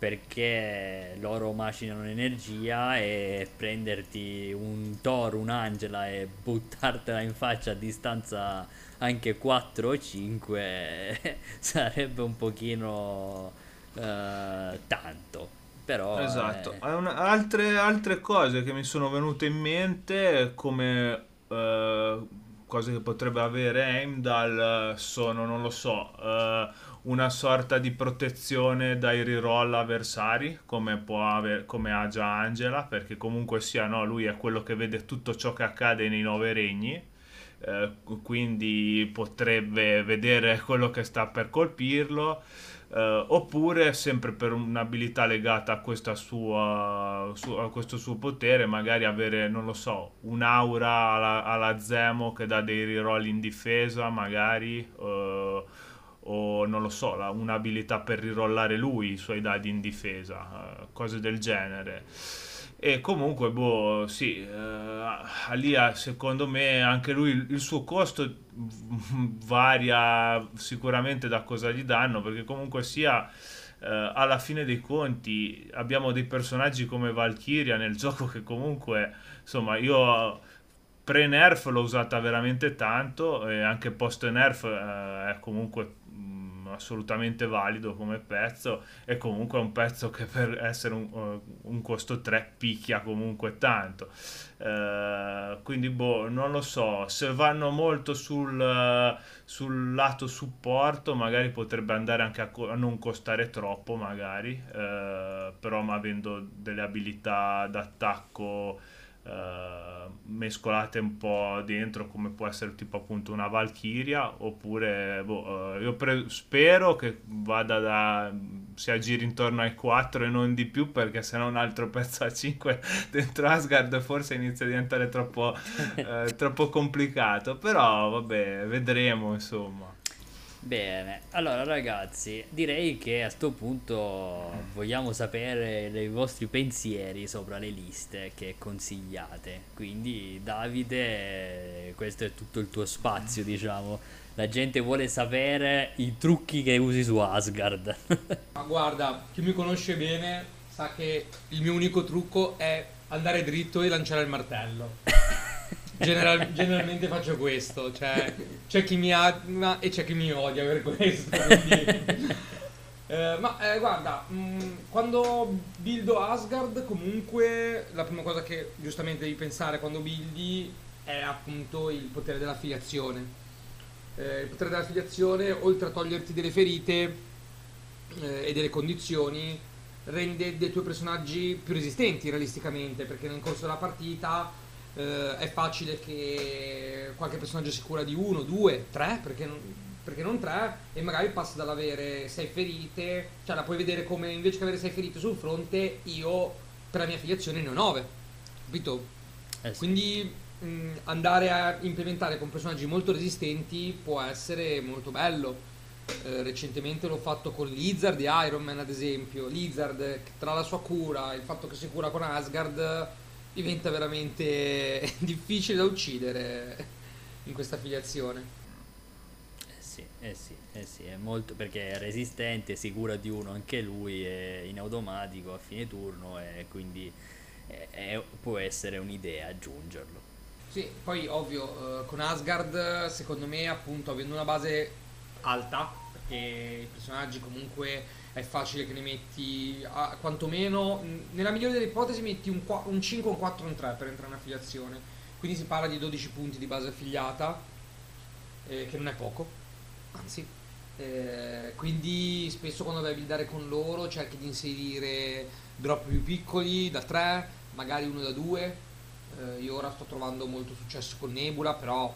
perché loro macinano energia e prenderti un Thor, un'Angela e buttartela in faccia a distanza anche quattro o cinque sarebbe un pochino eh, tanto. Però Esatto. eh, Hai una- altre, altre cose che mi sono venute in mente come eh, cose che potrebbe avere Heimdall, eh, sono, non lo so, eh, una sorta di protezione dai reroll avversari, come può aver- come ha già Angela, perché comunque sia, no, lui è quello che vede tutto ciò che accade nei nove regni, eh, quindi potrebbe vedere quello che sta per colpirlo. Eh, oppure sempre per un'abilità legata a, questa sua, su- a questo suo potere, magari avere, non lo so, un'aura alla, alla Zemo che dà dei reroll in difesa, magari, eh, o non lo so, la- un'abilità per rirollare lui i suoi dadi in difesa, eh, cose del genere. E comunque, boh, sì, eh, Alia, secondo me, anche lui, il, il suo costo varia sicuramente da cosa gli danno, perché comunque sia, eh, alla fine dei conti, abbiamo dei personaggi come Valkyria nel gioco che comunque, insomma, io pre-nerf l'ho usata veramente tanto e anche post-nerf, eh, è comunque mh, assolutamente valido come pezzo, e comunque è un pezzo che per essere un, uh, un costo tre picchia comunque tanto. Eh, quindi boh, non lo so, se vanno molto sul, uh, sul lato supporto magari potrebbe andare anche a, co- a non costare troppo magari, eh, però ma avendo delle abilità d'attacco eh, mescolate un po' dentro, come può essere tipo appunto una Valkyria, oppure boh, eh, io pre- spero che vada da si aggiri intorno ai quattro e non di più, perché se no un altro pezzo a cinque dentro Asgard forse inizia a diventare troppo, eh, troppo complicato, però vabbè, vedremo insomma. Bene, allora ragazzi, direi che a sto punto vogliamo sapere i vostri pensieri sopra le liste che consigliate. Quindi Davide, questo è tutto il tuo spazio, diciamo. La gente vuole sapere i trucchi che usi su Asgard. Ma guarda, chi mi conosce bene sa che il mio unico trucco è andare dritto e lanciare il martello. General- generalmente faccio questo, cioè c'è chi mi ama e c'è chi mi odia per questo. Quindi, eh, ma eh, guarda, mh, quando buildo Asgard, comunque la prima cosa che giustamente devi pensare quando buildi è appunto il potere dell'affiliazione. Eh, il potere dell'affiliazione, oltre a toglierti delle ferite eh, e delle condizioni, rende dei tuoi personaggi più resistenti realisticamente, perché nel corso della partita eh, è facile che qualche personaggio si cura di uno, due, tre, perché non, perché non tre, e magari passa dall'avere sei ferite, cioè la puoi vedere come invece che avere sei ferite sul fronte, io per la mia affiliazione ne ho nove, capito? Eh sì. Quindi mh, andare a implementare con personaggi molto resistenti può essere molto bello. Eh, recentemente l'ho fatto con Lizard e Iron Man ad esempio. Lizard, tra la sua cura e il fatto che si cura con Asgard, diventa veramente difficile da uccidere in questa affiliazione. Eh sì, eh sì, eh sì, è molto perché è resistente, si cura di uno anche lui, è in automatico a fine turno e quindi è- è- può essere un'idea aggiungerlo. Sì, poi ovvio, eh, con Asgard, secondo me, appunto, avendo una base alta, perché i personaggi comunque è facile che ne metti, a- quantomeno, mh, nella migliore delle ipotesi metti un, qua- un cinque, un quattro, un tre per entrare in affiliazione. Quindi si parla di dodici punti di base affiliata, eh, che non è poco, anzi. Eh, quindi spesso quando vai a buildare con loro cerchi di inserire drop più piccoli da tre, magari uno da due. Eh, io ora sto trovando molto successo con Nebula, però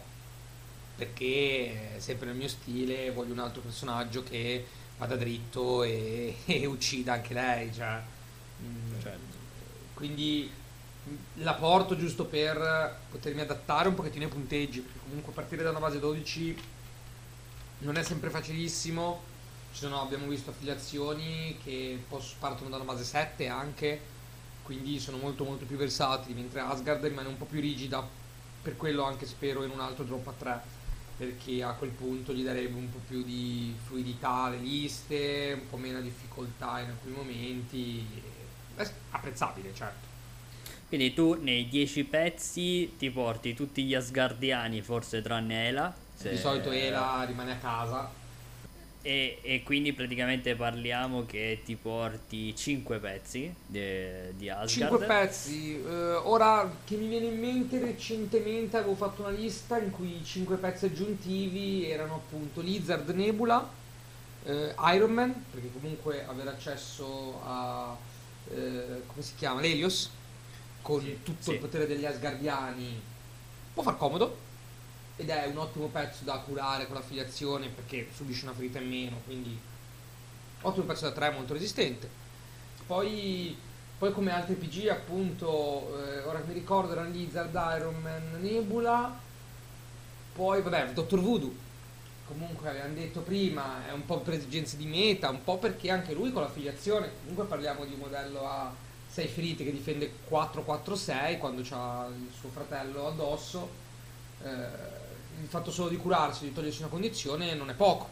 perché sempre nel mio stile voglio un altro personaggio che vada dritto e, e uccida anche lei, cioè, mm, Certo. quindi mm, la porto giusto per potermi adattare un pochettino ai punteggi, perché comunque partire da una base dodici non è sempre facilissimo. Ci sono, abbiamo visto affiliazioni che pos- partono da una base sette anche, quindi sono molto molto più versatili, mentre Asgard rimane un po' più rigida, per quello anche spero in un altro drop a tre, perché a quel punto gli darebbe un po' più di fluidità alle liste, un po' meno difficoltà in alcuni momenti, è apprezzabile certo. Quindi tu nei dieci pezzi ti porti tutti gli Asgardiani, forse tranne Ela, se- Di solito Ela rimane a casa. E, e quindi praticamente parliamo che ti porti cinque pezzi de- di Cinque Asgard. pezzi, eh, ora che mi viene in mente, recentemente avevo fatto una lista in cui i cinque pezzi aggiuntivi erano appunto Lizard, Nebula, eh, Iron Man, perché comunque avere accesso a, eh, come si chiama, l'Helios, con Sì, tutto sì. il potere degli Asgardiani, può far comodo, ed è un ottimo pezzo da curare con l'affiliazione perché subisce una ferita in meno, quindi ottimo pezzo da tre, molto resistente. Poi, poi come altri P G appunto, eh, ora che mi ricordo erano Lizard, Iron Man, Nebula, poi vabbè, Doctor Voodoo, comunque avevamo detto prima, è un po' per esigenze di meta, un po' perché anche lui con l'affiliazione, comunque parliamo di un modello a sei ferite che difende quattro quattro sei quando c'ha il suo fratello addosso, eh, il fatto solo di curarsi, di togliersi una condizione non è poco.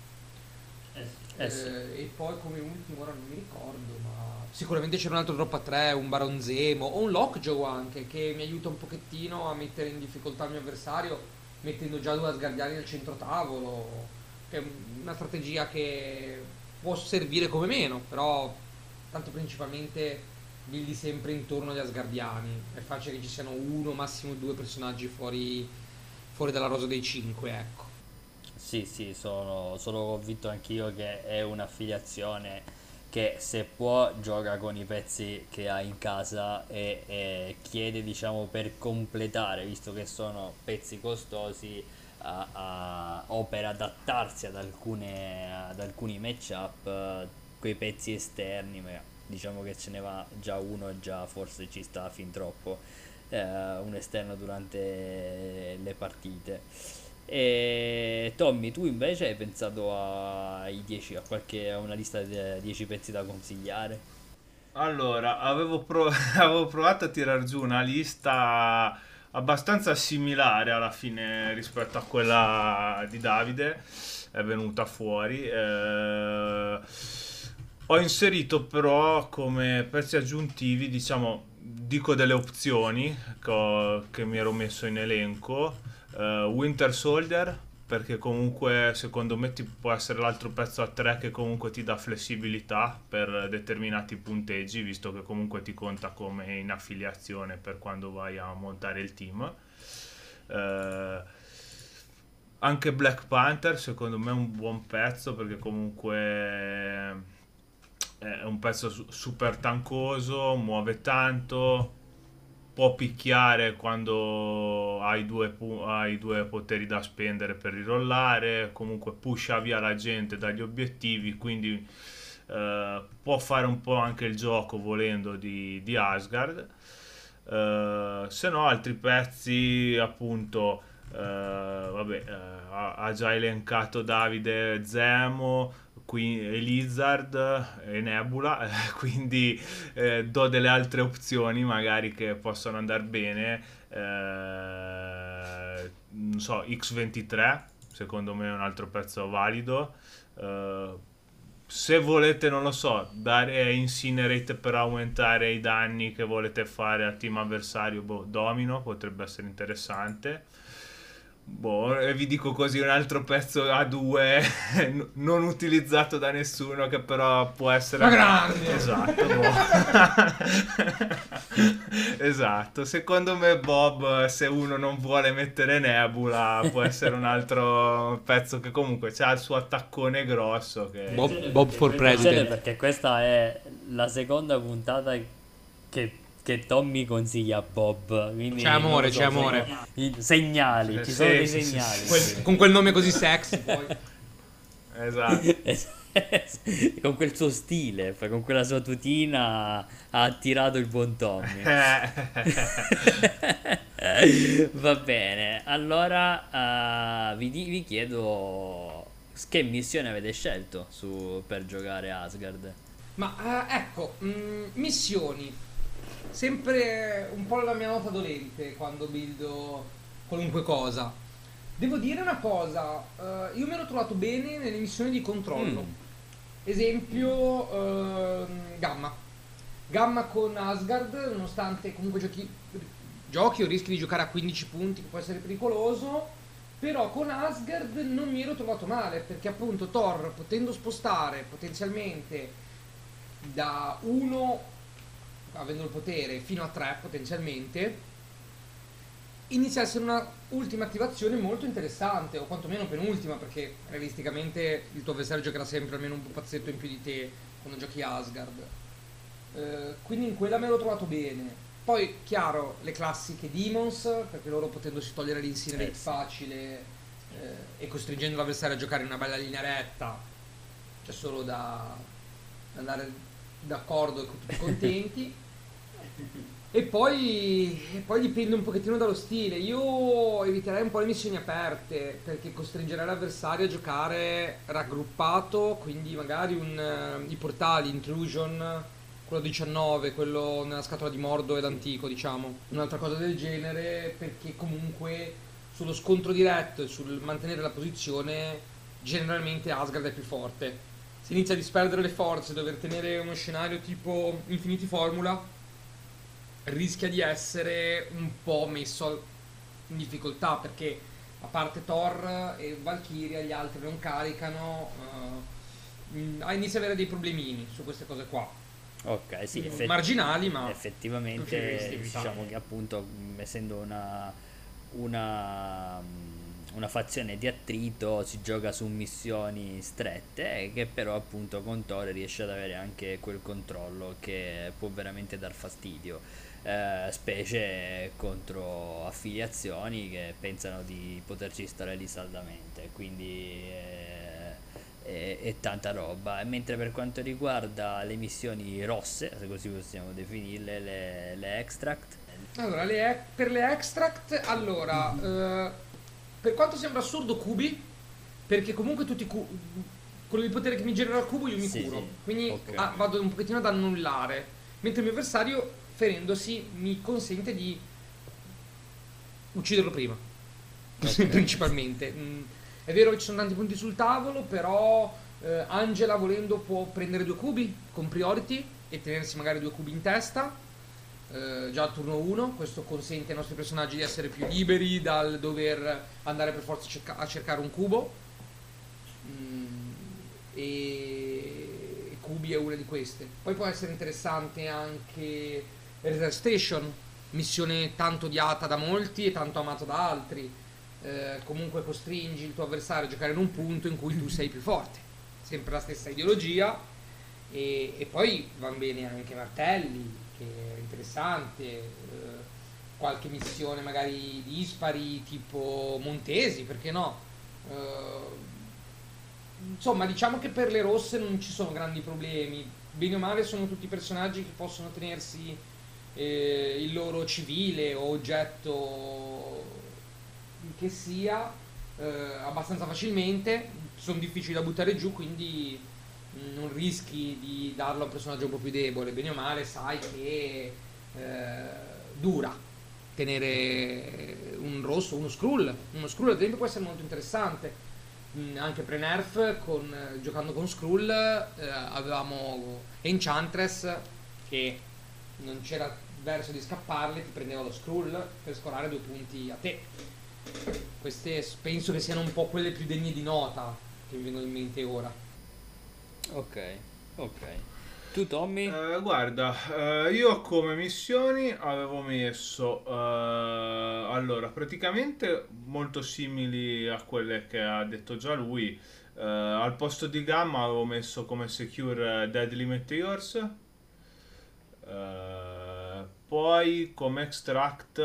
Eh sì. Eh, e poi come ultimo ora non mi ricordo, ma sicuramente c'era un altro drop a tre, un Baron Zemo o un Lockjaw anche che mi aiuta un pochettino a mettere in difficoltà il mio avversario mettendo già due Asgardiani nel centro tavolo, che è una strategia che può servire come meno, però tanto principalmente buildi sempre intorno agli Asgardiani, è facile che ci siano uno, massimo due personaggi fuori, fuori dalla rosa dei cinque, ecco. Sì, sì, sono, sono convinto anch'io che è un'affiliazione che se può gioca con i pezzi che ha in casa e, e chiede, diciamo, per completare, visto che sono pezzi costosi, a, a, o per adattarsi ad, alcune, ad alcuni matchup, eh, quei pezzi esterni, ma diciamo che ce ne va già uno e già forse ci sta fin troppo, eh, un esterno durante le partite. E Tommy, tu invece hai pensato ai dieci, a qualche, a una lista di dieci pezzi da consigliare? Allora, avevo, pro- avevo provato a tirar giù una lista abbastanza similare alla fine rispetto a quella di Davide, è venuta fuori. Eh, ho inserito però come pezzi aggiuntivi, diciamo, dico delle opzioni che, ho- che mi ero messo in elenco. Eh, Winter Soldier, perché comunque secondo me ti può essere l'altro pezzo a tre che comunque ti dà flessibilità per determinati punteggi, visto che comunque ti conta come in affiliazione per quando vai a montare il team. Eh, Anche Black Panther secondo me è un buon pezzo, perché comunque è un pezzo su- super tancoso, muove tanto, può picchiare quando hai due, pu- hai due poteri da spendere per rirollare, comunque pusha via la gente dagli obiettivi, quindi eh, può fare un po' anche il gioco volendo di, di Asgard. Eh, se no altri pezzi appunto, eh, vabbè, eh, ha, ha già elencato Davide Zemo, qui Lizard e Nebula, eh, quindi eh, do delle altre opzioni magari che possono andare bene. Eh, non so, X ventitré secondo me è un altro pezzo valido. Eh, Se volete, non lo so, dare Incinerate per aumentare i danni che volete fare al team avversario, boh, Domino potrebbe essere interessante. Boh, e vi dico così un altro pezzo a due n- non utilizzato da nessuno, che però può essere... Ma grande! Esatto, boh. Esatto, secondo me Bob, se uno non vuole mettere Nebula, può essere un altro pezzo che comunque ha il suo attaccone grosso che... Bob, Bob for Succede President. perché questa è la seconda puntata che, che Tommy consiglia a Bob. Quindi C'è amore, non lo c'è so, amore. sono i segnali, Eh, ci sì, sono dei sì, sì, segnali. sì, Quel- con quel nome così sexy poi. Esatto. Con quel suo stile, con quella sua tutina ha attirato il buon Tommy. Va bene, allora uh, vi, di- vi chiedo che missione avete scelto su, per giocare Asgard. Ma eh, ecco, mh, missioni. Sempre un po' la mia nota dolente quando buildo qualunque cosa. Devo dire una cosa, eh, io mi ero trovato bene nelle missioni di controllo. Mm. Esempio, ehm, Gamma. Gamma con Asgard, nonostante comunque giochi, giochi o rischi di giocare a quindici punti, che può essere pericoloso, però con Asgard non mi ero trovato male, perché appunto Thor, potendo spostare potenzialmente da uno, avendo il potere, fino a tre potenzialmente, inizia a essere una ultima attivazione molto interessante, o quantomeno penultima, perché realisticamente il tuo avversario giocherà sempre almeno un pupazzetto in più di te quando giochi Asgard. Eh, quindi in quella me l'ho trovato bene. Poi, chiaro, le classiche Demons, perché loro potendosi togliere l'incinerate Eh, sì. facile eh, e costringendo l'avversario a giocare in una bella linea retta, c'è solo da da andare d'accordo e con tutti contenti. E poi, e poi dipende un pochettino dallo stile. Io eviterei un po' le missioni aperte, perché costringerei l'avversario a giocare raggruppato, quindi magari un, eh, i portali, Intrusion, quello diciannove, quello nella scatola di Mordo ed antico, diciamo. Un'altra cosa del genere, perché comunque sullo scontro diretto e sul mantenere la posizione generalmente Asgard è più forte. Se inizia a disperdere le forze, dover tenere uno scenario tipo Infinity Formula, rischia di essere un po' messo in difficoltà, perché a parte Thor e Valkyria gli altri non caricano, uh, inizia ad avere dei problemini su queste cose qua. Ok, sì, effetti- marginali, ma effettivamente non ci dovresti evitare. diciamo che appunto mh, essendo una, una, mh, una fazione di attrito, si gioca su missioni strette e che però appunto con Thor riesce ad avere anche quel controllo che può veramente dar fastidio, eh, specie contro affiliazioni che pensano di poterci stare lì saldamente, quindi eh, è, è tanta roba. E mentre per quanto riguarda le missioni rosse, se così possiamo definirle, le, le extract. Allora, le e- per le extract, allora, eh, per quanto sembra assurdo cubi, perché comunque tutti i cu- quello di potere che mi genera il cubo io mi Sì, curo, sì. quindi Ok. ah, vado un pochettino ad annullare, mentre il mio avversario ferendosi mi consente di ucciderlo prima, principalmente. Mm, è vero che ci sono tanti punti sul tavolo, però eh, Angela volendo può prendere due cubi con priority e tenersi magari due cubi in testa. Eh, già al turno uno, questo consente ai nostri personaggi di essere più liberi dal dover andare per forza a, cerca- a cercare un cubo. Mm, e... e Cubi è una di queste. Poi può essere interessante anche Reserve Station, missione tanto odiata da molti e tanto amata da altri. Eh, comunque costringi il tuo avversario a giocare in un punto in cui tu sei più forte. Sempre la stessa ideologia. E, e poi vanno bene anche martelli, che è interessante, eh, qualche missione magari dispari tipo Montesi, perché no? Eh, insomma, diciamo che per le rosse non ci sono grandi problemi, bene o male sono tutti personaggi che possono tenersi eh, il loro civile o oggetto che sia eh, abbastanza facilmente, sono difficili da buttare giù, quindi non rischi di darlo a un personaggio un po' più debole, bene o male sai che eh, dura tenere un rosso, uno Skrull. Uno Skrull ad esempio può essere molto interessante. Mm, anche pre-nerf con, eh, giocando con Skrull eh, avevamo Enchantress che non c'era verso di scapparle, ti prendeva lo Skrull per scorare due punti a te. Queste penso che siano un po' quelle più degne di nota che mi vengono in mente ora. Ok, ok. Tu Tommy? Eh, guarda, eh, io come missioni avevo messo eh, allora praticamente molto simili a quelle che ha detto già lui. Eh, al posto di Gamma avevo messo come secure Deadly Meteors. Eh, poi come extract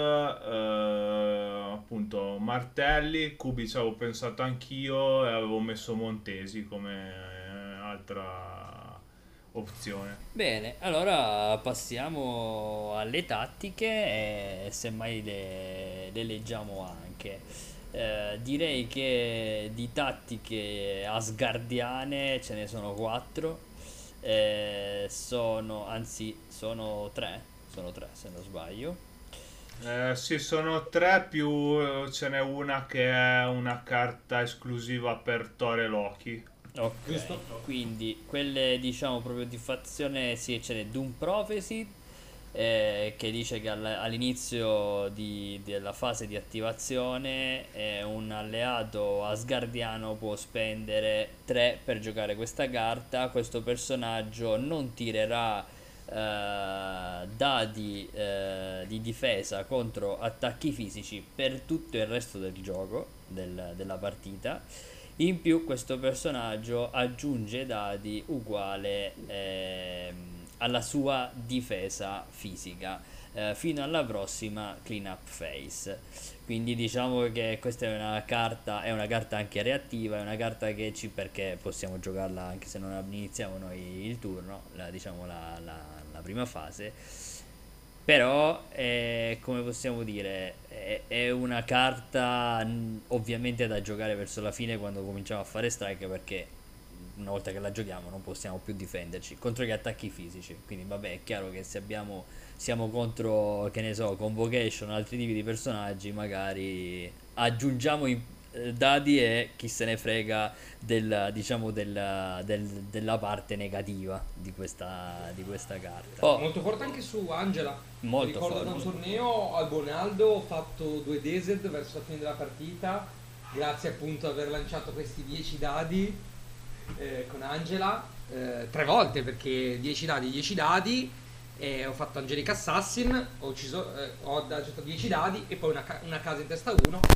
eh, appunto martelli, cubi ci avevo pensato anch'io e avevo messo Montesi come eh, altra opzione. Bene, allora passiamo alle tattiche e semmai le, le leggiamo anche. Eh, direi che di tattiche asgardiane ce ne sono quattro. Eh, sono, anzi, sono tre. Sono tre se non sbaglio. Eh, sì, sono tre più eh, ce n'è una che è una carta esclusiva per Thor e Loki. Ok, Giusto. quindi quelle diciamo proprio di fazione sì, ce n'è Doom Prophecy eh, che dice che all- all'inizio di- della fase di attivazione eh, un alleato asgardiano può spendere tre per giocare questa carta. Questo personaggio non tirerà eh, dadi eh, di difesa contro attacchi fisici per tutto il resto del gioco del- della partita. In più questo personaggio aggiunge dadi uguale ehm, alla sua difesa fisica eh, fino alla prossima clean up phase. Quindi diciamo che questa è una carta, è una carta anche reattiva, è una carta che ci, perché possiamo giocarla anche se non iniziamo noi il turno, la, diciamo la, la, la prima fase. Però, eh, come possiamo dire, è, è una carta mh, ovviamente da giocare verso la fine quando cominciamo a fare strike, perché una volta che la giochiamo non possiamo più difenderci contro gli attacchi fisici. Quindi vabbè, è chiaro che se abbiamo, siamo contro, che ne so, Convocation o altri tipi di personaggi, magari aggiungiamo i eh, dadi e chi se ne frega del, diciamo, del, del- della parte negativa di questa, di questa carta. Oh, Molto forte anche su Angela. Molto Mi ricordo da un forte. torneo al Bonaldo ho fatto due Desert verso la fine della partita, grazie appunto ad aver lanciato questi dieci dadi eh, con Angela, eh, tre volte perché dieci dadi, dieci dadi, e ho fatto Angelic Assassin, ho ucciso, eh, ho lanciato dieci dadi e poi una, ca- una casa in testa a uno,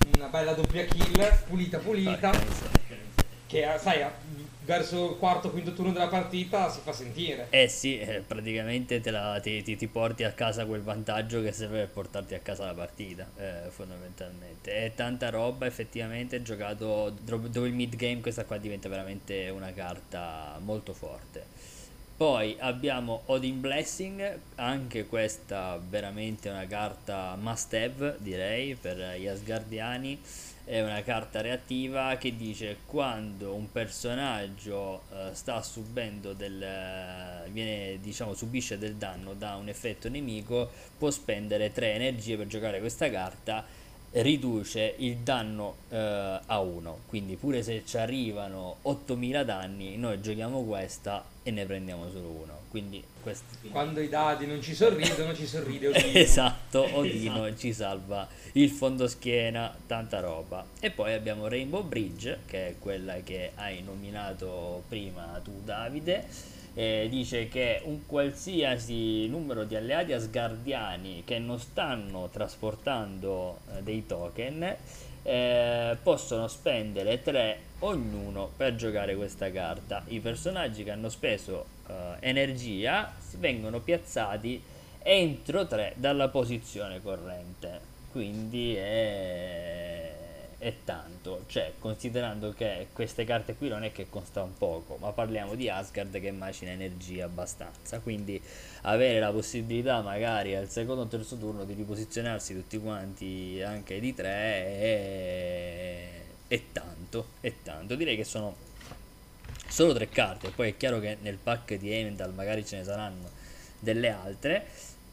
una bella doppia kill, pulita pulita, che sai, verso il quarto quinto turno della partita si fa sentire. Eh sì, eh, praticamente te la, ti, ti, ti porti a casa quel vantaggio che serve per portarti a casa la partita, eh, fondamentalmente. È tanta roba, effettivamente, giocato dove il mid game questa qua diventa veramente una carta molto forte. Poi abbiamo Odin Blessing, anche questa veramente una carta must have, direi, per gli Asgardiani. È una carta reattiva che dice quando un personaggio uh, sta subendo del uh, viene diciamo subisce del danno da un effetto nemico, può spendere tre energie per giocare questa carta, riduce il danno uh, a uno, quindi pure se ci arrivano ottomila danni noi giochiamo questa e ne prendiamo solo uno. Quindi questi... quando i dadi non ci sorridono ci sorride Odino. Esatto, Odino esatto. Ci salva il fondoschiena, tanta roba. E poi abbiamo Rainbow Bridge, che è quella che hai nominato prima tu, Davide. Eh, dice che un qualsiasi numero di alleati asgardiani che non stanno trasportando eh, dei token eh, possono spendere tre ognuno per giocare questa carta. I personaggi che hanno speso uh, energia vengono piazzati entro tre dalla posizione corrente, quindi è, è tanto, cioè considerando che queste carte qui non è che costano poco, ma parliamo di Asgard che macina energia abbastanza, quindi avere la possibilità magari al secondo o terzo turno di riposizionarsi tutti quanti anche di tre è è tanto, è tanto. Direi che sono solo tre carte, poi è chiaro che nel pack di Heimdall magari ce ne saranno delle altre,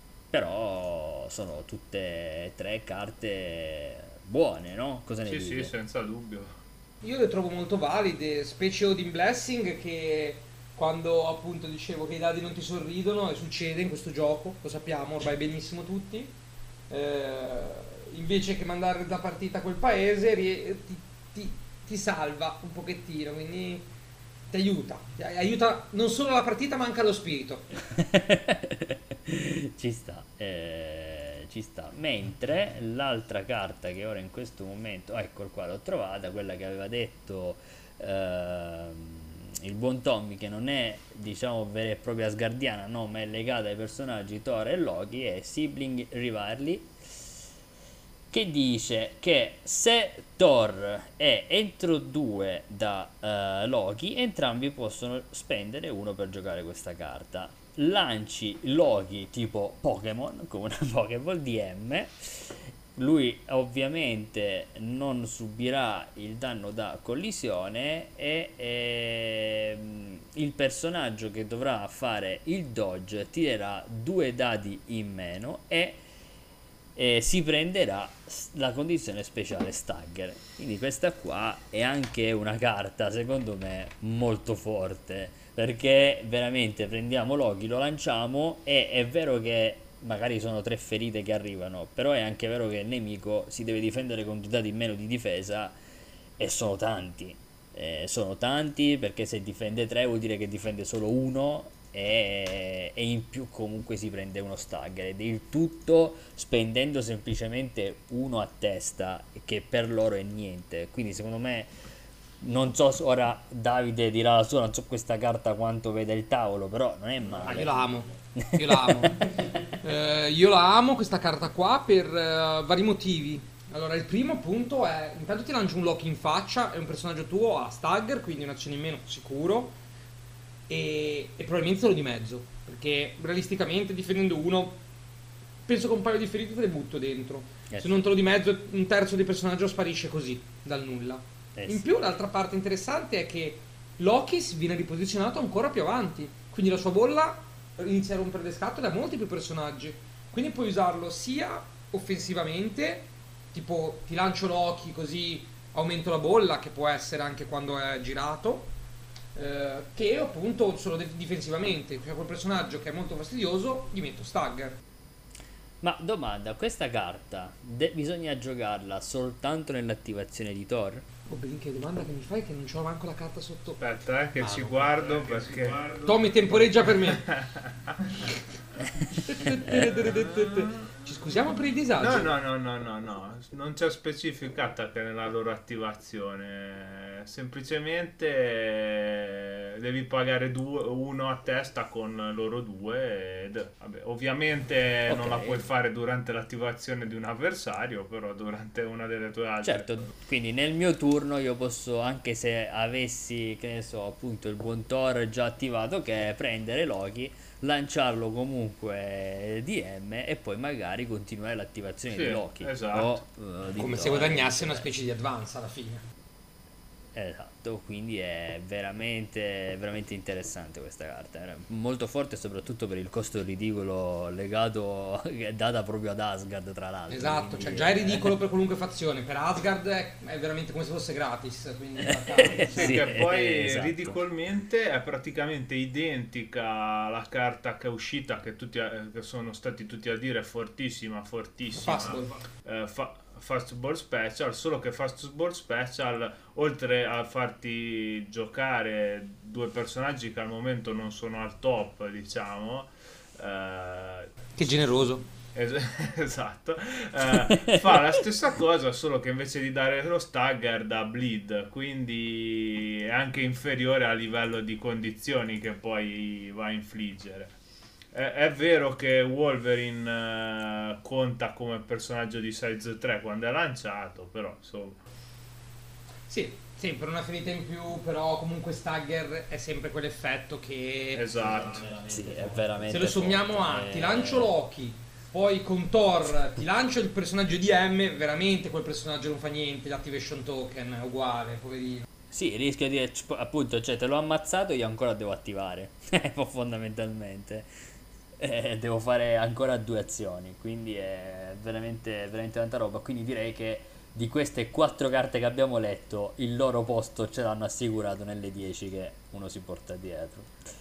però sono tutte e tre carte buone, no? Cosa ne sì, dite? Sì, senza dubbio. Io le trovo molto valide, specie Odin Blessing, che quando appunto dicevo che i dadi non ti sorridono, e succede in questo gioco, lo sappiamo ormai benissimo tutti, eh, invece che mandare da partita a quel paese ti Ti, ti salva un pochettino, quindi ti aiuta, ti aiuta non solo la partita ma anche allo spirito. Ci sta, eh, ci sta. Mentre l'altra carta che ora in questo momento, oh, ecco qua, l'ho trovata, quella che aveva detto eh, il buon Tommy, che non è diciamo vera e propria asgardiana, no, ma è legata ai personaggi Thor e Loki, è Sibling Rivalry, che dice che se Thor è entro due da uh, Loki, entrambi possono spendere uno per giocare questa carta. Lanci Loki tipo Pokémon, come una Pokéball D M, lui ovviamente non subirà il danno da collisione e ehm, il personaggio che dovrà fare il dodge tirerà due dadi in meno e E si prenderà la condizione speciale stagger. Quindi questa qua è anche una carta secondo me molto forte, perché veramente prendiamo Loki, lo lanciamo e è vero che magari sono tre ferite che arrivano, però è anche vero che il nemico si deve difendere con due dadi in meno di difesa e sono tanti, eh, sono tanti perché se difende tre vuol dire che difende solo uno e, e in più comunque si prende uno stagger, ed il tutto spendendo semplicemente uno a testa, che per loro è niente. Quindi secondo me, non so, ora Davide dirà la sua, non so questa carta quanto vede il tavolo, però non è male. Ah, io la amo, io la amo. eh, io la amo questa carta qua per uh, vari motivi. Allora, il primo appunto è, intanto ti lancio un Loki in faccia, è un personaggio tuo a stagger, quindi un'azione in meno sicuro. E, e probabilmente solo di mezzo, perché realisticamente difendendo uno penso che un paio di ferite te le butto dentro, eh, se non te lo di mezzo un terzo del personaggio sparisce così dal nulla. eh, in più l'altra parte interessante è che Loki viene riposizionato ancora più avanti, quindi la sua bolla inizia a rompere le scatole a molti più personaggi, quindi puoi usarlo sia offensivamente, tipo ti lancio Loki così aumento la bolla, che può essere anche quando è girato, Uh, che appunto solo de- difensivamente, cioè quel personaggio che è molto fastidioso gli metto stagger. Ma domanda, questa carta de- bisogna giocarla soltanto nell'attivazione di Thor? Oh, ben, che domanda che mi fai, che non c'ho manco la carta sotto. Aspetta, eh, che ah, ci no, guardo, eh, perché ci guardo. Tommy temporeggia per me. Ci scusiamo per il No, disagio. no, no, no, no, no, non c'è specificata che nella loro attivazione, semplicemente eh, devi pagare due, uno a testa con loro due ed, vabbè, ovviamente non la puoi Ok. fare durante l'attivazione di un avversario, però durante una delle tue altre. Certo, quindi nel mio turno io posso, anche se avessi, che ne so, appunto il buon Thor già attivato, che è prendere Loki, lanciarlo comunque D M e poi magari continuare l'attivazione Sì, di Loki esatto. o eh, di Come se Thor, guadagnasse una viceversa. specie di advance alla fine. Esatto, quindi è veramente, veramente interessante questa carta, è molto forte soprattutto per il costo ridicolo legato, che è data proprio ad Asgard tra l'altro. Esatto, quindi cioè già è è- ridicolo per qualunque fazione, per Asgard è, è veramente come se fosse gratis, quindi Sì, Sì, che poi esatto. ridicolmente è praticamente identica alla carta che è uscita, che, tutti, a- che sono stati tutti a dire fortissima, fortissima, Fastball. eh, fa- Fastball Special, solo che Fastball Special, oltre a farti giocare due personaggi che al momento non sono al top, diciamo, eh, Che generoso. Es- esatto, eh, fa la stessa cosa solo che invece di dare lo stagger dà bleed, quindi è anche inferiore a livello di condizioni che poi va a infliggere. È, è vero che Wolverine eh, conta come personaggio di size tre quando è lanciato, però insomma, Sì, sì, per una ferita in più, però comunque Stagger è sempre quell'effetto che esatto. Sì, è veramente se lo sommiamo forte. a Eh, ti lancio Loki, poi con Thor ti lancio il personaggio di M, veramente quel personaggio non fa niente, l'activation token è uguale, poverino. Sì, rischia di appunto, cioè te l'ho ammazzato e io ancora devo attivare, fondamentalmente. Eh, devo fare ancora due azioni, quindi è veramente, veramente tanta roba. Quindi direi che di queste quattro carte che abbiamo letto, il loro posto ce l'hanno assicurato nelle dieci che uno si porta dietro.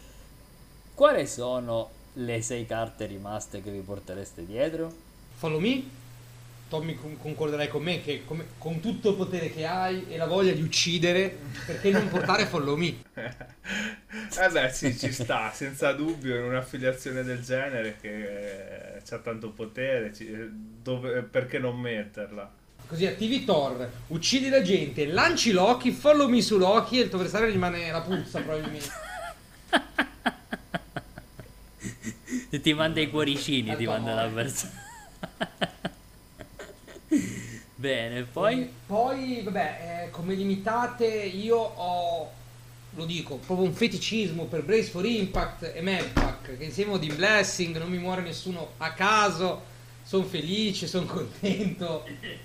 Quali sono le sei carte rimaste che vi portereste dietro? Follow me? Tommy con- concorderai con me che come- con tutto il potere che hai e la voglia di uccidere, perché non portare Follow me? Eh beh, sì, ci sta, senza dubbio, in un'affiliazione del genere che ha tanto potere, ci- dove- perché non metterla? Così attivi Thor, uccidi la gente, lanci Loki, follow me su Loki e il tuo avversario rimane la puzza probabilmente. E ti manda i cuoricini, Al ti manda favore. l'avversario. Bene, poi... Poi, vabbè, eh, come limitate io ho, lo dico, proprio un feticismo per Brace for Impact e Madpack, che insieme a Odin Blessing non mi muore nessuno a caso, sono felice, sono contento.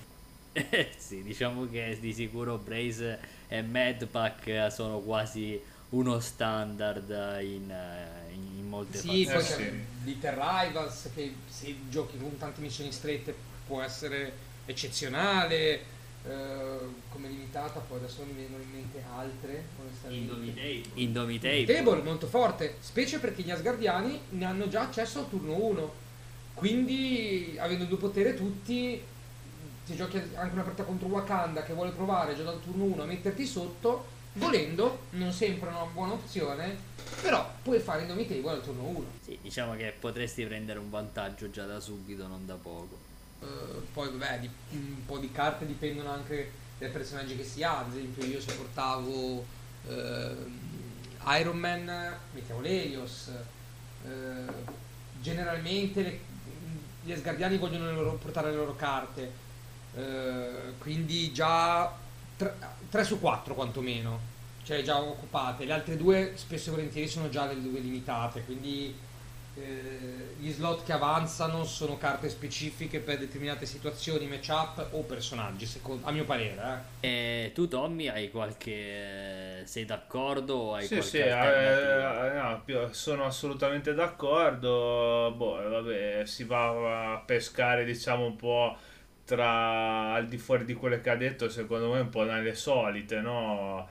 Sì, diciamo che di sicuro Brace e Madpack sono quasi uno standard in, eh, in molte Sì, fazioni. poi Eh, c'è sì. Little Rivals che se giochi con tante missioni strette può essere eccezionale, eh, come limitata, poi adesso non mi vengono in mente altre, onestamente. Indomitable. Table molto forte, specie perché gli Asgardiani ne hanno già accesso al turno uno. Quindi, avendo due potere tutti, se giochi anche una partita contro Wakanda che vuole provare già dal turno uno a metterti sotto, volendo, non sempre è una buona opzione, però puoi fare Indomitable al turno uno. Sì, diciamo che potresti prendere un vantaggio già da subito, non da poco. Eh, poi, vabbè, di- un po' di carte dipendono anche dai personaggi che si ha. Ad esempio, io se portavo ehm, Iron Man, mettiamo l'Helios. Eh, generalmente le- gli Asgardiani vogliono le loro- portare le loro carte, eh, quindi già tre su quattro quantomeno, cioè già occupate. Le altre due spesso e volentieri sono già delle due limitate, quindi eh, gli slot che avanzano sono carte specifiche per determinate situazioni, matchup o personaggi, secondo, a mio parere. eh. E tu, Tommy, hai qualche... sei d'accordo o hai Sì, qualche sì, eh, alternativa? eh, no, più- sono assolutamente d'accordo. Boh, eh, vabbè, si va a pescare, diciamo, un po' tra al di fuori di quelle che ha detto, secondo me un po' nelle solite, no?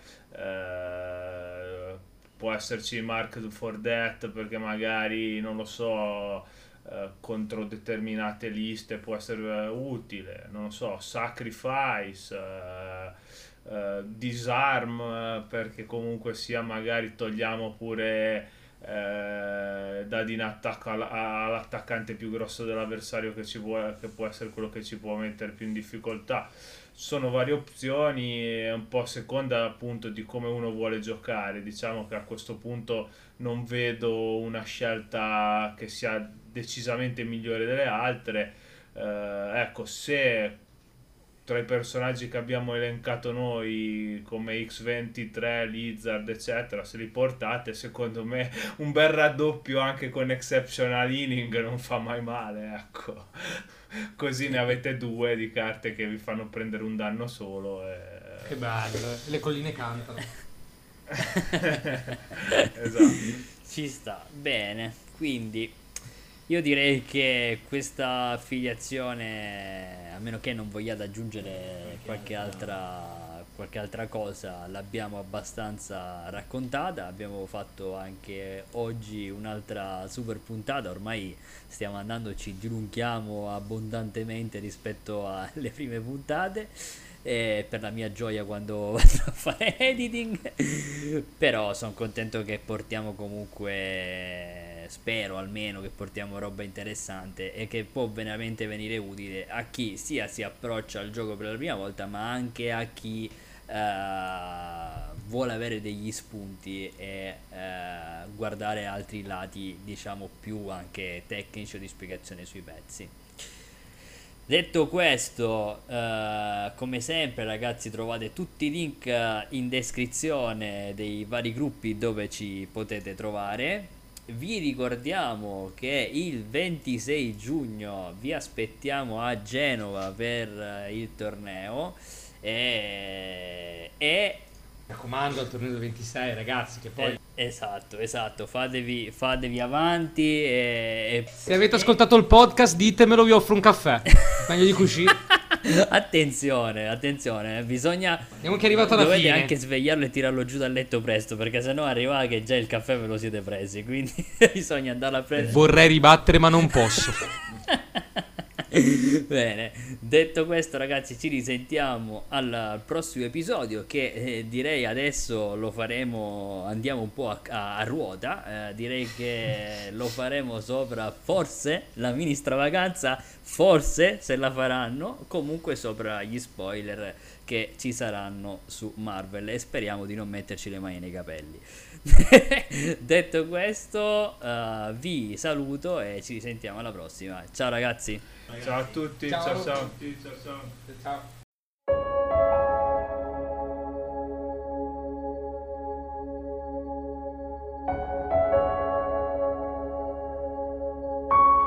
Eh, può esserci Mark for That perché magari, non lo so, eh, contro determinate liste può essere eh, utile, non lo so, Sacrifice. eh, eh, disarm eh, perché comunque sia magari togliamo pure eh, dadi in attacco all- all'attaccante più grosso dell'avversario che, ci può, che può essere quello che ci può mettere più in difficoltà. Sono varie opzioni, un po' a seconda appunto di come uno vuole giocare. Diciamo che a questo punto non vedo una scelta che sia decisamente migliore delle altre. Eh, ecco, se tra i personaggi che abbiamo elencato noi come X ventitré, Lizard eccetera, se li portate, secondo me un bel raddoppio anche con Exceptional Inning non fa mai male, ecco. Così ne avete due di carte che vi fanno prendere un danno solo e... Che bello, le colline cantano. Esatto. Ci sta, bene, quindi io direi che questa affiliazione, a meno che non vogliate aggiungere qualche altra, qualche altra cosa, l'abbiamo abbastanza raccontata. Abbiamo fatto anche oggi un'altra super puntata, ormai stiamo andandoci, dilunghiamo abbondantemente rispetto alle prime puntate. E per la mia gioia quando vado a fare editing, però sono contento che portiamo comunque, spero almeno che portiamo roba interessante e che può veramente venire utile a chi sia si approccia al gioco per la prima volta, ma anche a chi uh, vuole avere degli spunti e uh, guardare altri lati, diciamo più anche tecnici o di spiegazione sui pezzi. Detto questo, eh, come sempre ragazzi, trovate tutti i link in descrizione dei vari gruppi dove ci potete trovare. Vi ricordiamo che il ventisei giugno vi aspettiamo a Genova per il torneo e... e Mi raccomando al torneo del ventisei ragazzi, che poi... eh, esatto, esatto, fatevi, fatevi avanti e, e... Se avete ascoltato il podcast ditemelo, vi offro un caffè. Meglio di così. Attenzione, attenzione, bisogna... Andiamo che è arrivato alla dovete fine. anche svegliarlo e tirarlo giù dal letto presto, perché sennò arriva che già il caffè ve lo siete presi, quindi bisogna andare a prendere. Vorrei ribattere ma non posso. Bene, detto questo ragazzi, ci risentiamo al prossimo episodio che eh, direi adesso lo faremo, andiamo un po' a, a, a ruota, eh, direi che lo faremo sopra forse la mini stravaganza, forse se la faranno, comunque sopra gli spoiler che ci saranno su Marvel e speriamo di non metterci le mani nei capelli. Detto questo, uh, vi saluto e ci risentiamo alla prossima. Ciao ragazzi. Ciao a tutti, Ciao. ciao ciao. ciao, ciao. Ciao.